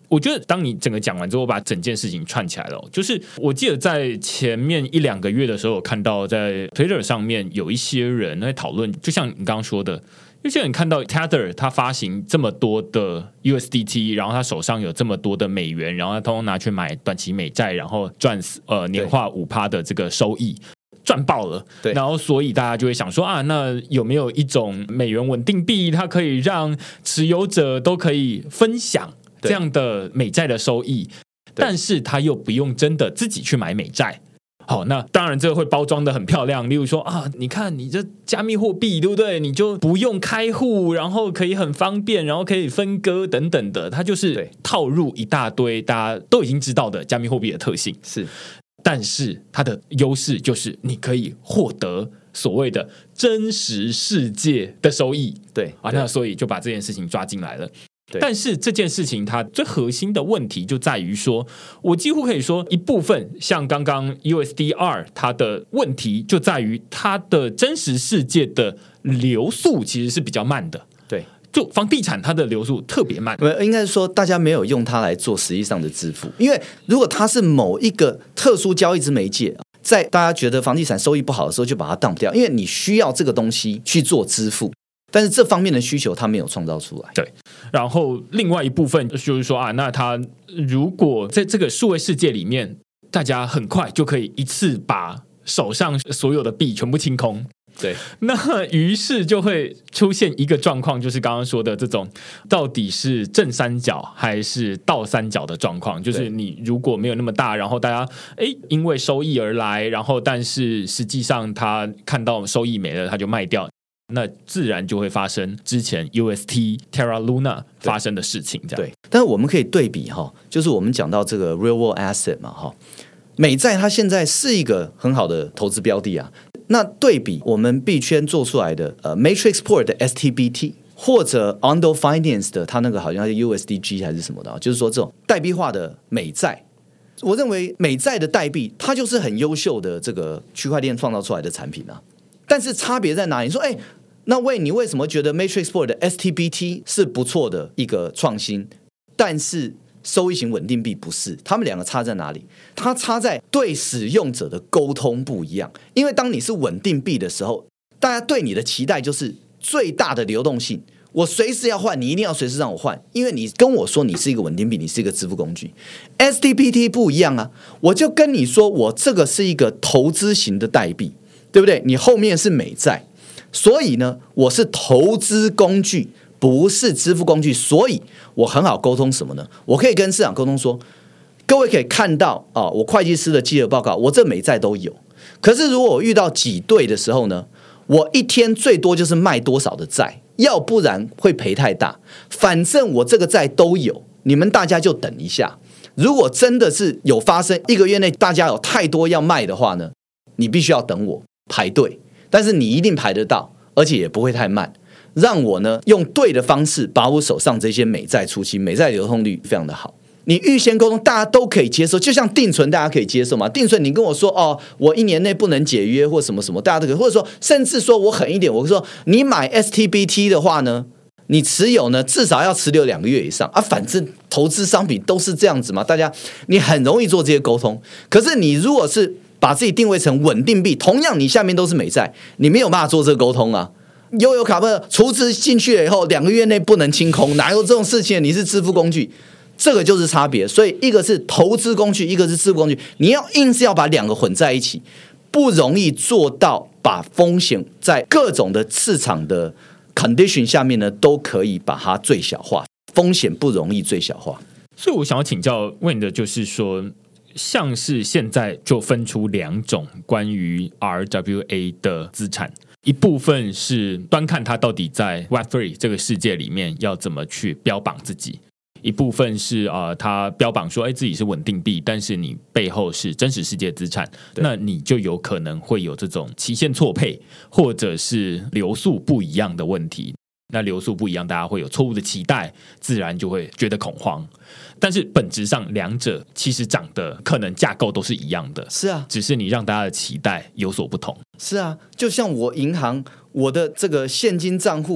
我觉得当你整个讲完之后，把整件事情串起来了。就是我记得在前面一两个月的时候，我看到在 Twitter 上面有一些人在讨论，就像你刚刚说的，有些人看到 Tether 他发行这么多的 U S D T， 然后他手上有这么多的美元，然后他通通拿去买短期美债，然后赚呃年化 百分之五 的这个收益。赚爆了，对，然后所以大家就会想说啊，那有没有一种美元稳定币，它可以让持有者都可以分享这样的美债的收益，但是他又不用真的自己去买美债。好，那当然这个会包装的很漂亮，例如说啊，你看你这加密货币对不对？你就不用开户，然后可以很方便，然后可以分割等等的，它就是套入一大堆大家都已经知道的加密货币的特性。 是。 但是它的优势就是你可以获得所谓的真实世界的收益， 对啊，那所以就把这件事情抓进来了。但是这件事情它最核心的问题就在于说，我几乎可以说一部分像刚刚 U S D R 它的问题就在于它的真实世界的流速其实是比较慢的。 对， 就房地产它的流速特别慢， 应该是说大家没有用它来做实际上的支付，因为如果它是某一个特殊交易之媒介，在大家觉得房地产收益不好的时候就把它当掉，因为你需要这个东西去做支付，但是这方面的需求它没有创造出来。 对，然后另外一部分就是说啊，那它如果在这个数位世界里面，大家很快就可以一次把手上所有的币全部清空。 对， 那于是就会出现一个状况，就是刚刚说的这种到底是正三角还是倒三角的状况，就是你如果没有那么大，然后大家诶因为收益而来，然后但是实际上他看到收益没了他就卖掉，那自然就会发生之前 U S T Terra Luna 发生的事情。这样对， 但是我们可以对比哈，就是我们讲到这个 real world asset 嘛哈，美债它现在是一个很好的投资标的啊。那对比我们币圈做出来的呃 Matrixport 的 S T B T 或者 Ondo Finance 的它那个好像是 U S D G 还是什么的，就是说这种代币化的美债，我认为美债的代币它就是很优秀的这个区块链创造出来的产品啊。但是差别在哪里？你说哎，那喂，你为什么觉得 Matrixport 的 S T B T 是不错的一个创新，但是收益型稳定币不是？他们两个差在哪里？它差在对使用者的沟通不一样。因为当你是稳定币的时候，大家对你的期待就是最大的流动性，我随时要换，你一定要随时让我换，因为你跟我说你是一个稳定币，你是一个支付工具。S T B T 不一样啊，我就跟你说我这个是一个投资型的代币，对不对？你后面是美债，所以呢我是投资工具，不是支付工具，所以我很好沟通什么呢？我可以跟市场沟通说，各位可以看到啊，我会计师的季核报告，我这美债都有。可是如果我遇到挤兑的时候呢，我一天最多就是卖多少的债，要不然会赔太大。反正我这个债都有，你们大家就等一下。如果真的是有发生一个月内大家有太多要卖的话呢，你必须要等我排队，但是你一定排得到，而且也不会太慢。让我呢用对的方式把我手上这些美债出清，美债流通率非常的好。你预先沟通，大家都可以接受，就像定存大家可以接受嘛。定存你跟我说哦，我一年内不能解约或什么什么，大家都可以，或者说甚至说我狠一点，我说你买 S T B T 的话呢，你持有呢至少要持有两个月以上啊。反正投资商品都是这样子嘛，大家你很容易做这些沟通。可是你如果是把自己定位成稳定币，同样你下面都是美债，你没有办法做这个沟通啊。悠游卡不储值进去了以后，两个月内不能清空，哪有这种事情？你是支付工具，这个就是差别。所以一个是投资工具，一个是支付工具，你要硬是要把两个混在一起，不容易做到把风险在各种的市场的 condition 下面呢，都可以把它最小化，风险不容易最小化。 所以我想要请教问的就是说，像是现在就分出两种关于 R W A 的资产。一部分是端看它到底在 Web 三 这个世界里面要怎么去标榜自己，一部分是呃，它标榜说哎自己是稳定币，但是你背后是真实世界资产，那你就有可能会有这种期限错配或者是流速不一样的问题。那流速不一样，大家会有错误的期待，自然就会觉得恐慌。但是本质上两者其实长得可能架构都是一样的， 是啊， 只是你让大家的期待有所不同。 是啊，就像我银行我的这个现金账户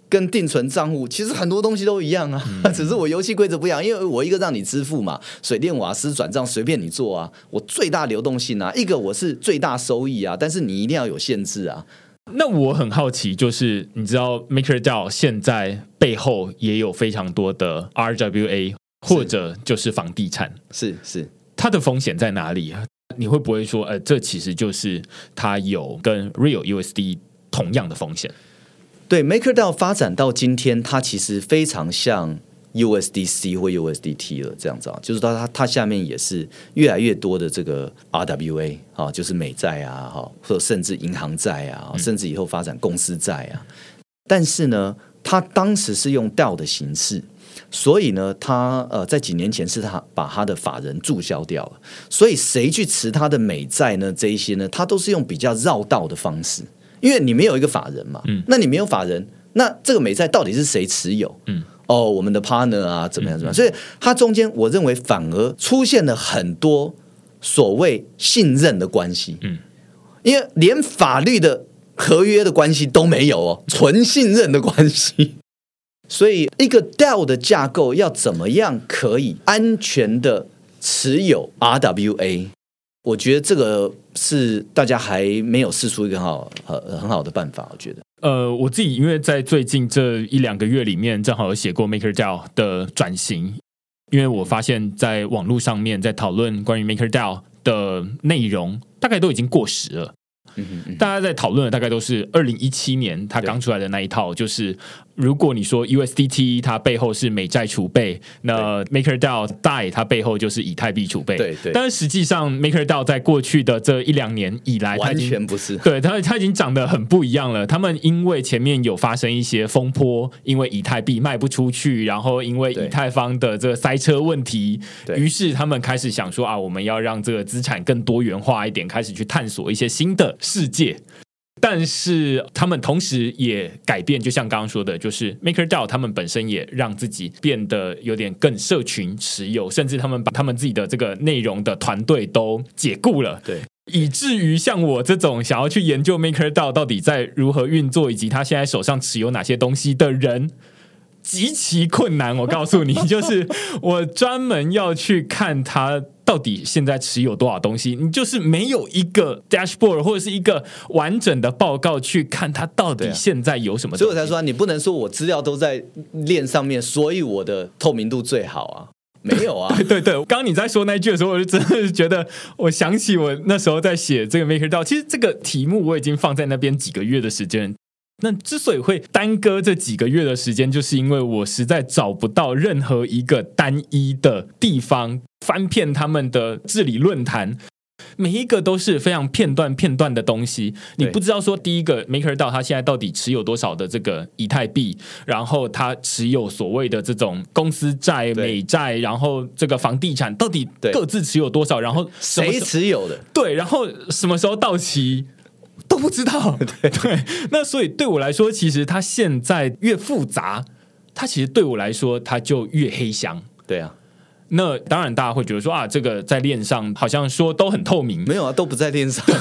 跟定存账户其实很多东西都一样啊，嗯、只是我游戏规则不一样，因为我一个让你支付嘛，水电瓦斯转账随便你做啊，我最大流动性啊，一个我是最大收益啊，但是你一定要有限制啊。 那我很好奇，就是你知道 MakerDAO 现在背后也有非常多的 R W A 或者就是房地产， 是是， 它的风险在哪里？你会不会说，呃，这其实就是它有跟 Real U S D 同样的风险？ 对 ，MakerDAO 发展到今天，它其实非常像 U S D C 或 U S D T 了，这样子啊，就是它它下面也是越来越多的这个 R W A 啊，就是美债啊，哈，或者甚至银行债啊，甚至以后发展公司债啊。但是呢，它当时是用 D A O 的形式。所以呢，他呃在几年前是他把他的法人注销掉了，所以谁去持他的美债呢？这一些呢，他都是用比较绕道的方式，因为你没有一个法人嘛，嗯，那你没有法人，那这个美债到底是谁持有？嗯，哦，我们的 partner 啊，怎么样怎么样？所以它中间我认为反而出现了很多所谓信任的关系，嗯，因为连法律的合约的关系都没有哦，纯信任的关系。所以一个 D A O 的架构要怎么样可以安全的持有 R W A， 我觉得这个是大家还没有释出一个很好很好的办法。我觉得呃，我自己因为在最近这一两个月里面正好有写过 MakerDAO 的转型，因为我发现在网络上面在讨论关于 MakerDAO 的内容大概都已经过时了，嗯嗯，大家在讨论的大概都是二零一七年它刚出来的那一套，就是如果你说 U S D T 它背后是美债储备，那 MakerDAO D A I 它背后就是以太币储备， 对对。 但是实际上 MakerDAO 在过去的这一两年以来， 完全不是， 对它它已经长得很不一样了。他们因为前面有发生一些风波，因为以太币卖不出去，然后因为以太坊的这个塞车问题，于是他们开始想说啊，我们要让这个资产更多元化一点，开始去探索一些新的世界。但是他们同时也改变，就像刚刚说的，就是 MakerDAO 他们本身也让自己变得有点更社群持有，甚至他们把他们自己的这个内容的团队都解雇了， 对， 以至于像我这种想要去研究 MakerDAO 到底在如何运作，以及他现在手上持有哪些东西的人极其困难。我告诉你，就是我专门要去看他到底现在持有多少东西，你就是没有一个 dashboard 或者是一个完整的报告去看他到底现在有什么东西。 所以我才说，你不能说我资料都在链上面，所以我的透明度最好啊。没有啊。 对对对，刚刚你在说那句的时候，我就真的是觉得，我想起我那时候在写这个 MakerDAO， 其实这个题目我已经放在那边几个月的时间。那之所以会耽搁这几个月的时间，就是因为我实在找不到任何一个单一的地方，翻遍他们的治理论坛，每一个都是非常片段片段的东西。你不知道说第一个 MakerDAO 他现在到底持有多少的这个以太币，然后他持有所谓的这种公司债、美债，然后这个房地产到底各自持有多少，然后谁持有的， 对，然后什么时候到期都不知道。对对，那所以对我来说，其实它现在越复杂，它其实对我来说它就越黑箱。 对啊， 那当然大家会觉得说啊，这个在链上好像说都很透明， 没有啊，都不在链上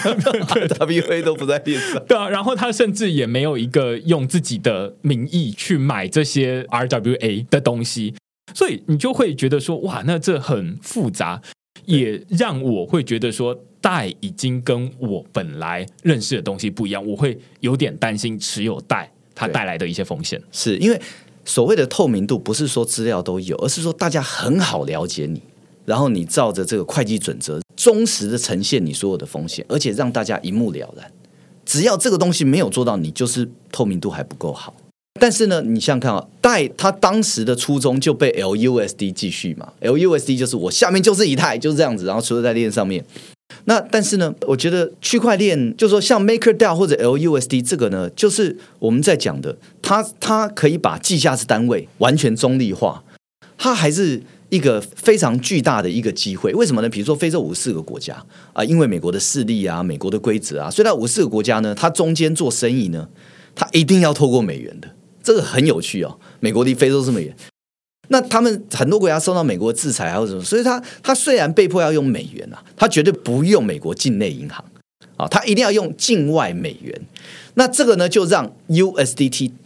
W A 都不在链上。 对啊，然后他甚至也没有一个用自己的名义去买这些 R W A 的东西，所以你就会觉得说哇，那这很复杂，也让我会觉得说D A I已经跟我本来认识的东西不一样，我会有点担心持有D A I它带来的一些风险。 是因为所谓的透明度不是说资料都有，而是说大家很好了解你，然后你照着这个会计准则忠实的呈现你所有的风险，而且让大家一目了然。只要这个东西没有做到，你就是透明度还不够好。但是呢，你想想看啊，D A I它当时的初衷就被 L U S D 继续嘛 ，L U S D 就是我下面就是以太，就是这样子，然后除了在链上面。那但是呢，我觉得区块链就是说像 MakerDAO 或者 L U S D 这个呢，就是我们在讲的，它它可以把计价值单位完全中立化，它还是一个非常巨大的一个机会。为什么呢？比如说非洲五十四个国家啊，因为美国的势力啊、美国的规则啊，所以在五十四个国家呢，它中间做生意呢，它一定要透过美元的，这个很有趣哦。美国离非洲这么远。那他们很多国家受到美国的制裁还有什么，所以他他虽然被迫要用美元啊，他绝对不用美国境内银行啊，他一定要用境外美元。那这个呢，就让 U S D T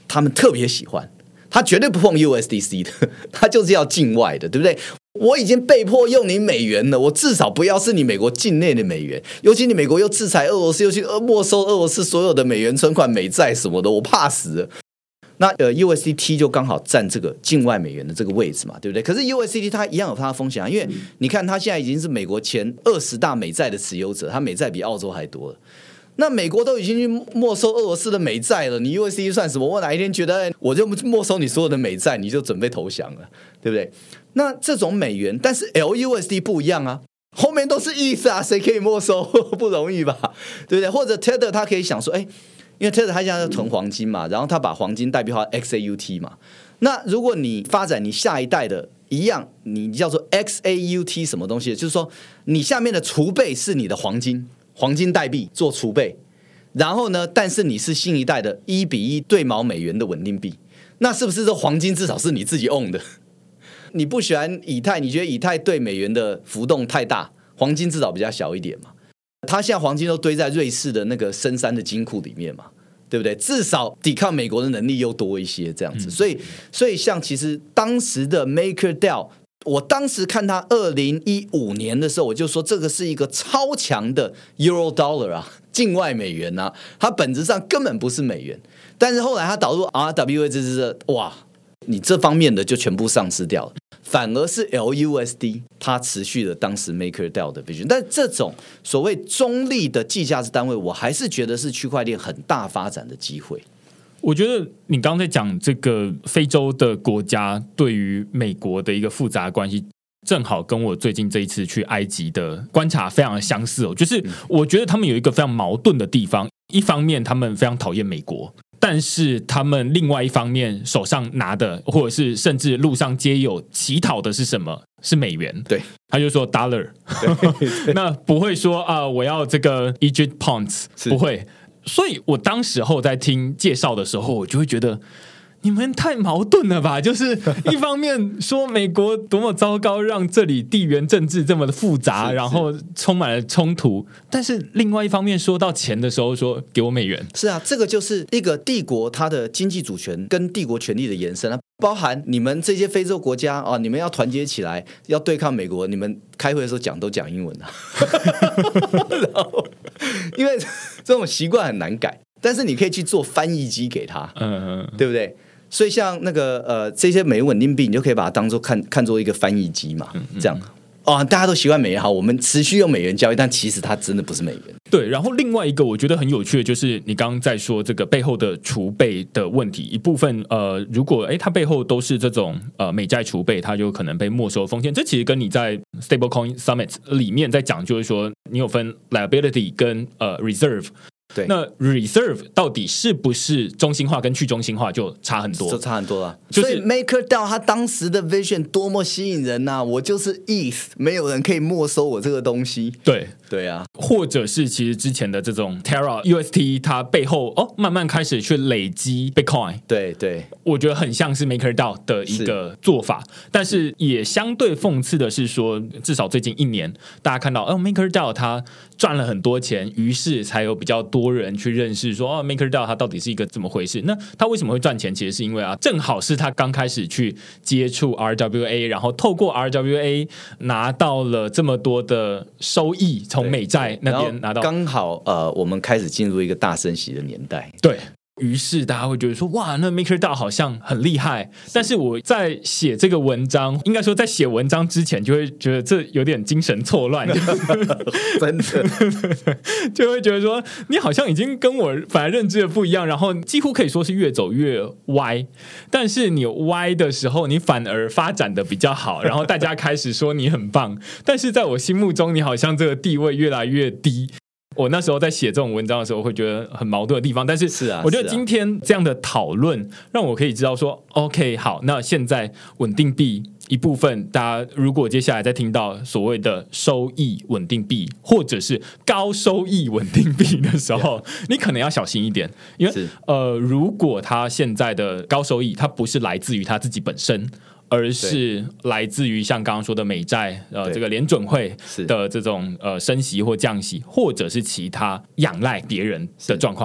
他们特别喜欢，他绝对不碰 U S D C 的，他就是要境外的，对不对？我已经被迫用你美元了，我至少不要是你美国境内的美元，尤其你美国又制裁俄罗斯，又去没收俄罗斯所有的美元存款、美债什么的，我怕死了。那呃 U S D T 就刚好占这个境外美元的这个位置嘛，对不对？可是 U S D T 它一样有它的风险啊，因为你看它现在已经是美国前二十大美债的持有者，它美债比澳洲还多了。那美国都已经去没收俄罗斯的美债了，你 U S D T 算什么？我哪一天觉得、哎、我就没收你所有的美债，你就准备投降了，对不对？那这种美元，但是 L U S D 不一样啊，后面都是 E T H 啊，谁可以没收？不容易吧，对不对？或者 Tether 他可以想说，哎，因为 Tether 他现在囤黄金嘛，然后他把黄金代表化 X A U T 嘛，那如果你发展你下一代的一样，你叫做 X A U T 什么东西，就是说你下面的储备是你的黄金。黄金代币做储备，然后呢，但是你是新一代的一比一对锚美元的稳定币，那是不是这黄金至少是你自己 own 的？你不喜欢以太，你觉得以太对美元的浮动太大，黄金至少比较小一点嘛？它现在黄金都堆在瑞士的那个深山的金库里面嘛，对不对？至少抵抗美国的能力又多一些，这样子。所以，所以像其实当时的 MakerDAO。我当时看他二零一五年的时候，我就说这个是一个超强的 Euro Dollar 啊，境外美元啊，它本质上根本不是美元。但是后来它导入 R W A 这是哇，你这方面的就全部丧失掉了，反而是 L U S D 它持续了当时 MakerDAO 的 vision。但这种所谓中立的计价值单位，我还是觉得是区块链很大发展的机会。 我觉得你刚才讲这个非洲的国家对于美国的一个复杂关系，正好跟我最近这一次去埃及的观察非常的相似哦。就是我觉得他们有一个非常矛盾的地方，一方面他们非常讨厌美国，但是他们另外一方面手上拿的，或者是甚至路上皆有乞讨的是什么？是美元。 对， 他就说 dollar， 那不会说啊，我要这个 Egypt pounds， 不会。所以我当时候在听介绍的时候，我就会觉得你们太矛盾了吧，就是一方面说美国多么糟糕，让这里地缘政治这么的复杂，然后充满了冲突，但是另外一方面说到钱的时候说给我美元。 是啊，这个就是一个帝国它的经济主权跟帝国权力的延伸啊，包含你们这些非洲国家啊，你们要团结起来要对抗美国，你们开会的时候讲都讲英文啊然后因为这种习惯很难改，但是你可以去做翻译机给他，嗯，对不对？所以像那个呃这些美元稳定币，你就可以把它当做看看作一个翻译机嘛，这样。哦，大家都习惯美元好，我们持续用美元交易，但其实它真的不是美元。 对，然后另外一个我觉得很有趣的就是你刚刚在说这个背后的储备的问题，一部分呃，如果哎它背后都是这种呃美债储备，它就可能被没收风险。这其实跟你在 Stablecoin Summit 里面在讲，就是说你有分 liability 跟呃 reserve。 对， 那 reserve 到底是不是中心化跟去中心化就差很多， 就差很多了。 就是、 所以 MakerDAO 他当时的 vision 多么吸引人呐、啊！我就是 E T H， 没有人可以没收我这个东西。 对对啊， 或者是其实之前的这种 Terra U S T， 它背后哦慢慢开始去累积 Bitcoin。 对对， 我觉得很像是 MakerDAO 的一个做法，但是也相对讽刺的是说，至少最近一年，大家看到哦 MakerDAO 它赚了很多钱，于是才有比较多。多人去认识说哦 MakerDAO 它到底是一个怎么回事？那它为什么会赚钱？其实是因为啊，正好是他刚开始去接触 R W A， 然后透过 R W A 拿到了这么多的收益，从美债那边拿到， 刚好呃，我们开始进入一个大升息的年代。 对。于是大家会觉得说哇那 MakerDAO 好像很厉害，但是我在写这个文章，应该说在写文章之前就会觉得这有点精神错乱真的就会觉得说你好像已经跟我本来认知的不一样，然后几乎可以说是越走越歪，但是你歪的时候你反而发展的比较好，然后大家开始说你很棒，但是在我心目中你好像这个地位越来越低。我那时候在写这种文章的时候会觉得很矛盾的地方，但是我觉得今天这样的讨论让我可以知道说 OK 好，那现在稳定币一部分大家如果接下来再听到所谓的收益稳定币或者是高收益稳定币的时候你可能要小心一点，因为呃，如果它现在的高收益它不是来自于它自己本身，而是来自于像刚刚说的美债，呃，这个联准会的这种呃升息或降息，或者是其他仰赖别人的状况。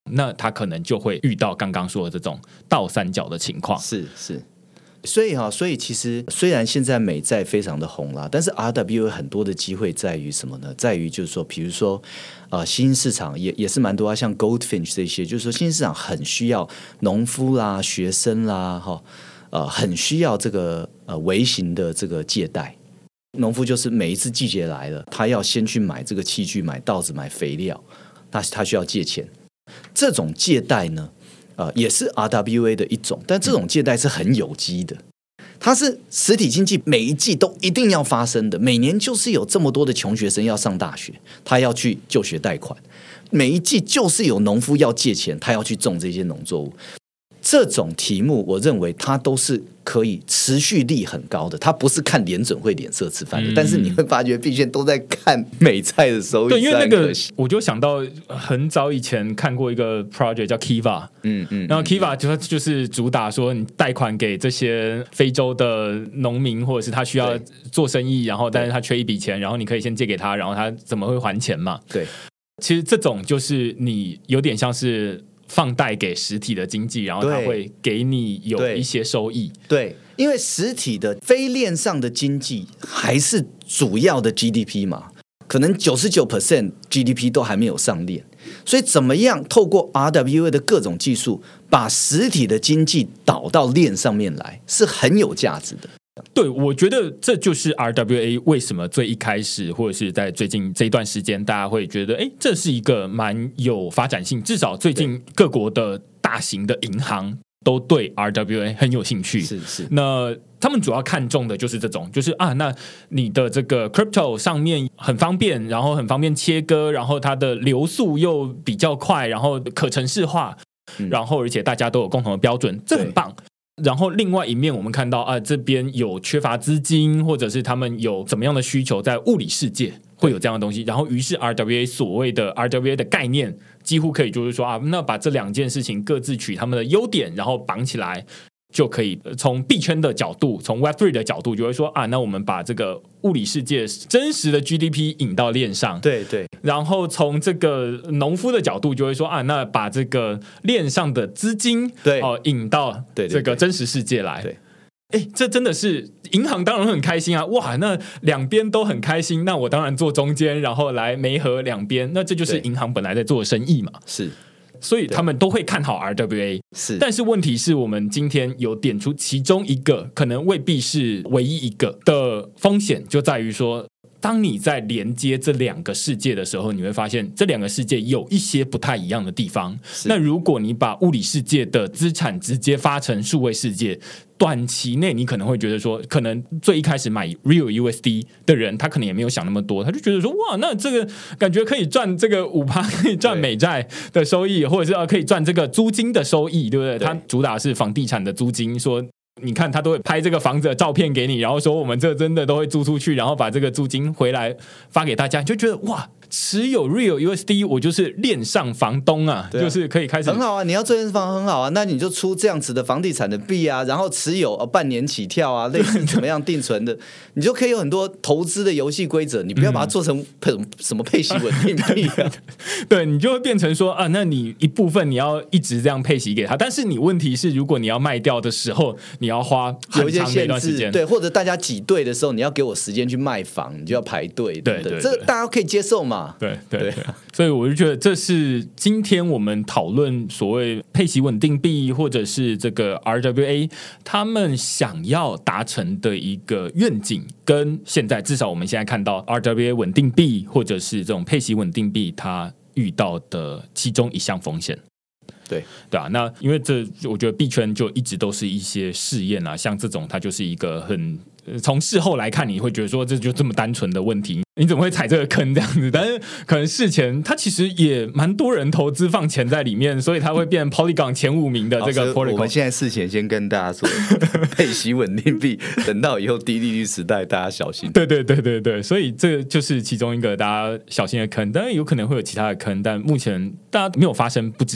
那他可能就会遇到刚刚说的这种倒三角的情况。 是是。所以哈，所以其实虽然现在美债非常的红啦，但是 R W A 很多的机会在于什么呢？在于就是说，比如说呃，新兴市场也也是蛮多啊，像 Goldfinch 这些，就是说新兴市场很需要农夫啦、学生啦，哈，呃，很需要这个呃微型的这个借贷。农夫就是每一次季节来了，他要先去买这个器具、买稻子、买肥料，他他需要借钱。这种借贷呢？呃，也是 R W A 的一种，但这种借贷是很有机的，它是实体经济每一季都一定要发生的，每年就是有这么多的穷学生要上大学，他要去就学贷款，每一季就是有农夫要借钱，他要去种这些农作物。这种题目我认为它都是可以持续力很高的，它不是看联准会脸色吃饭的、嗯、但是你会发觉币圈都在看美债的收益。 对，因为那个我就想到很早以前看过一个 project 叫 Kiva， 嗯嗯，然后 Kiva 就就是主打说你贷款给这些非洲的农民，或者是他需要做生意，然后但是他缺一笔钱，然后你可以先借给他，然后他怎么会还钱嘛？对，其实这种就是你有点像是放贷给实体的经济，然后它会给你有一些收益。 对, 对，因为实体的非链上的经济还是主要的 G D P 嘛，可能 百分之九十九 G D P 都还没有上链，所以怎么样透过 R W A 的各种技术把实体的经济导到链上面来是很有价值的。 对，我觉得这就是 R W A 为什么最一开始或者是在最近这一段时间大家会觉得哎，这是一个蛮有发展性，至少最近各国的大型的银行都对 R W A 很有兴趣。是是，那他们主要看重的就是这种，就是啊，那你的这个 crypto 上面很方便，然后很方便切割，然后它的流速又比较快，然后可程式化、嗯、然后而且大家都有共同的标准，这很棒。然后另外一面我们看到啊，这边有缺乏资金，或者是他们有怎么样的需求，在物理世界会有这样的东西，然后于是 R W A 所谓的 R W A 的概念几乎可以就是说啊，那把这两件事情各自取他们的优点，然后绑起来，就可以从币圈的角度，从 Web 三 的角度就会说啊，那我们把这个物理世界真实的 G D P 引到链上。对对。然后从这个农夫的角度就会说啊，那把这个链上的资金对、哦、引到这个真实世界来。对。哎，这真的是银行当然很开心啊！哇，那两边都很开心，那我当然做中间，然后来媒合两边，那这就是银行本来在做的生意嘛。是。所以他们都会看好 R W A， 是，但是问题是我们今天有点出其中一个，可能未必是唯一一个的风险，就在于说，当你在连接这两个世界的时候，你会发现这两个世界有一些不太一样的地方。那如果你把物理世界的资产直接发成数位世界，短期内你可能会觉得说，可能最一开始买 Real U S D 的人，他可能也没有想那么多，他就觉得说，哇，那这个感觉可以赚这个 百分之五 可以赚美债的收益，或者是可以赚这个租金的收益，对不对？他主打是房地产的租金，说你看他都会拍这个房子的照片给你，然后说我们这真的都会租出去，然后把这个租金回来发给大家，就觉得哇，持有 Real U S D 我就是链上房东 啊, 啊就是可以开始很好啊，你要做链房很好啊，那你就出这样子的房地产的币啊，然后持有、哦、半年起跳啊，类似怎么样定存的你就可以有很多投资的游戏规则，你不要把它做成什么配息稳定币啊对，你就会变成说啊，那你一部分你要一直这样配息给他，但是你问题是如果你要卖掉的时候你要花很长的一段时间， 对，或者大家挤兑的时候你要给我时间去卖房，你就要排队，对对对，这大家可以接受嘛。 对 对, 对, 对，所以我就觉得这是今天我们讨论所谓配息稳定币或者是这个 R W A 他们想要达成的一个愿景，跟现在至少我们现在看到 R W A 稳定币或者是这种配息稳定币它遇到的其中一项风险。对对啊，那因为这我觉得币圈就一直都是一些试验啊，像这种它就是一个很从事后来看你会觉得说这就这么单纯的问题，你怎么会踩这个坑这样子，但是可能事前它其实也蛮多人投资放钱在里面，所以它会变 Polygon 前五名的这个 Polygon。 我们现在事前先跟大家说配息稳定币等到以后低利率时代大家小心。 对对对对对，所以这就是其中一个大家小心的坑，当然有可能会有其他的坑，但目前大家没有发生不知道。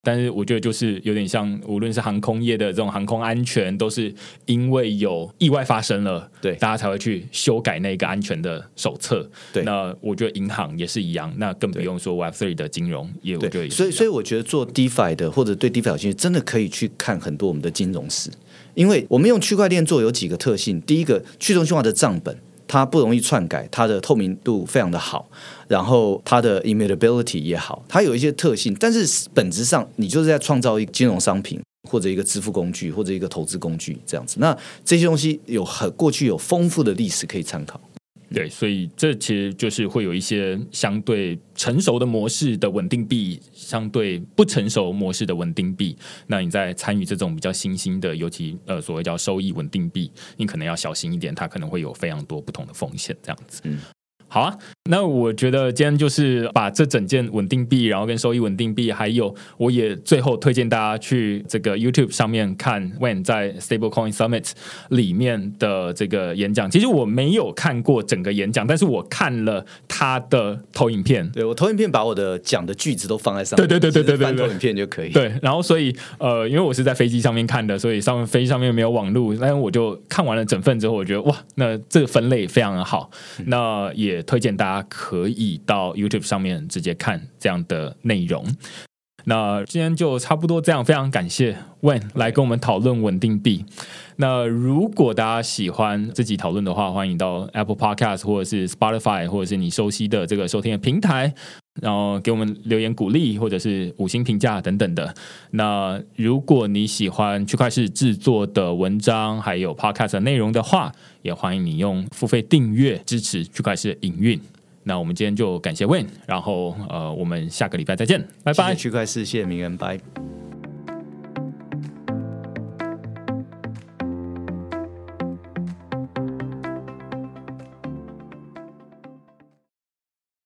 但是我觉得就是有点像，无论是航空业的这种航空安全，都是因为有意外发生了， 对， 大家才会去修改那个安全的手册。 对， 那我觉得银行也是一样，那更不用说 Web 三 的金融业，我觉得也是。 所以，所以我觉得做 DeFi 的或者对 DeFi 有兴趣，真的可以去看很多我们的金融史，因为我们用区块链做有几个特性，第一个，去中心化的账本。它不容易篡改，它的透明度非常的好，然后它的 immutability 也好，它有一些特性，但是本质上你就是在创造一个金融商品或者一个支付工具或者一个投资工具这样子。那这些东西有很过去有丰富的历史可以参考。 对，所以这其实就是会有一些相对成熟的模式的稳定币，相对不成熟模式的稳定币。那你在参与这种比较新兴的，尤其呃所谓叫收益稳定币，你可能要小心一点，它可能会有非常多不同的风险，这样子。嗯。好啊，那我觉得今天就是把这整件稳定币，然后跟收益稳定币，还有我也最后推荐大家去这个 YouTube 上面看 Wayne 在 Stablecoin Summit 里面的这个演讲。其实我没有看过整个演讲，但是我看了他的投影片。 对，我投影片把我的讲的句子都放在上面， 对对对对对对， 翻投影片就可以。 对，然后所以呃，因为我是在飞机上面看的，所以上面飞机上面没有网路，但是我就看完了整份之后，我觉得哇，那这个分类非常的好，嗯、那也推荐大家可以到 YouTube 上面直接看这样的内容。那今天就差不多这样，非常感谢 Wayne 来跟我们讨论稳定币。那如果大家喜欢这集讨论的话，欢迎到 Apple Podcast 或者是 Spotify 或者是你熟悉的这个收听的平台，然后给我们留言鼓励或者是五星评价等等的。那如果你喜欢区块市制作的文章还有 Podcast 的内容的话，也欢迎你用付费订阅支持区块市的营运。那我们今天就感谢 Wayne， 然后呃，我们下个礼拜再见，拜拜。 谢谢区块市，谢谢明恩，拜。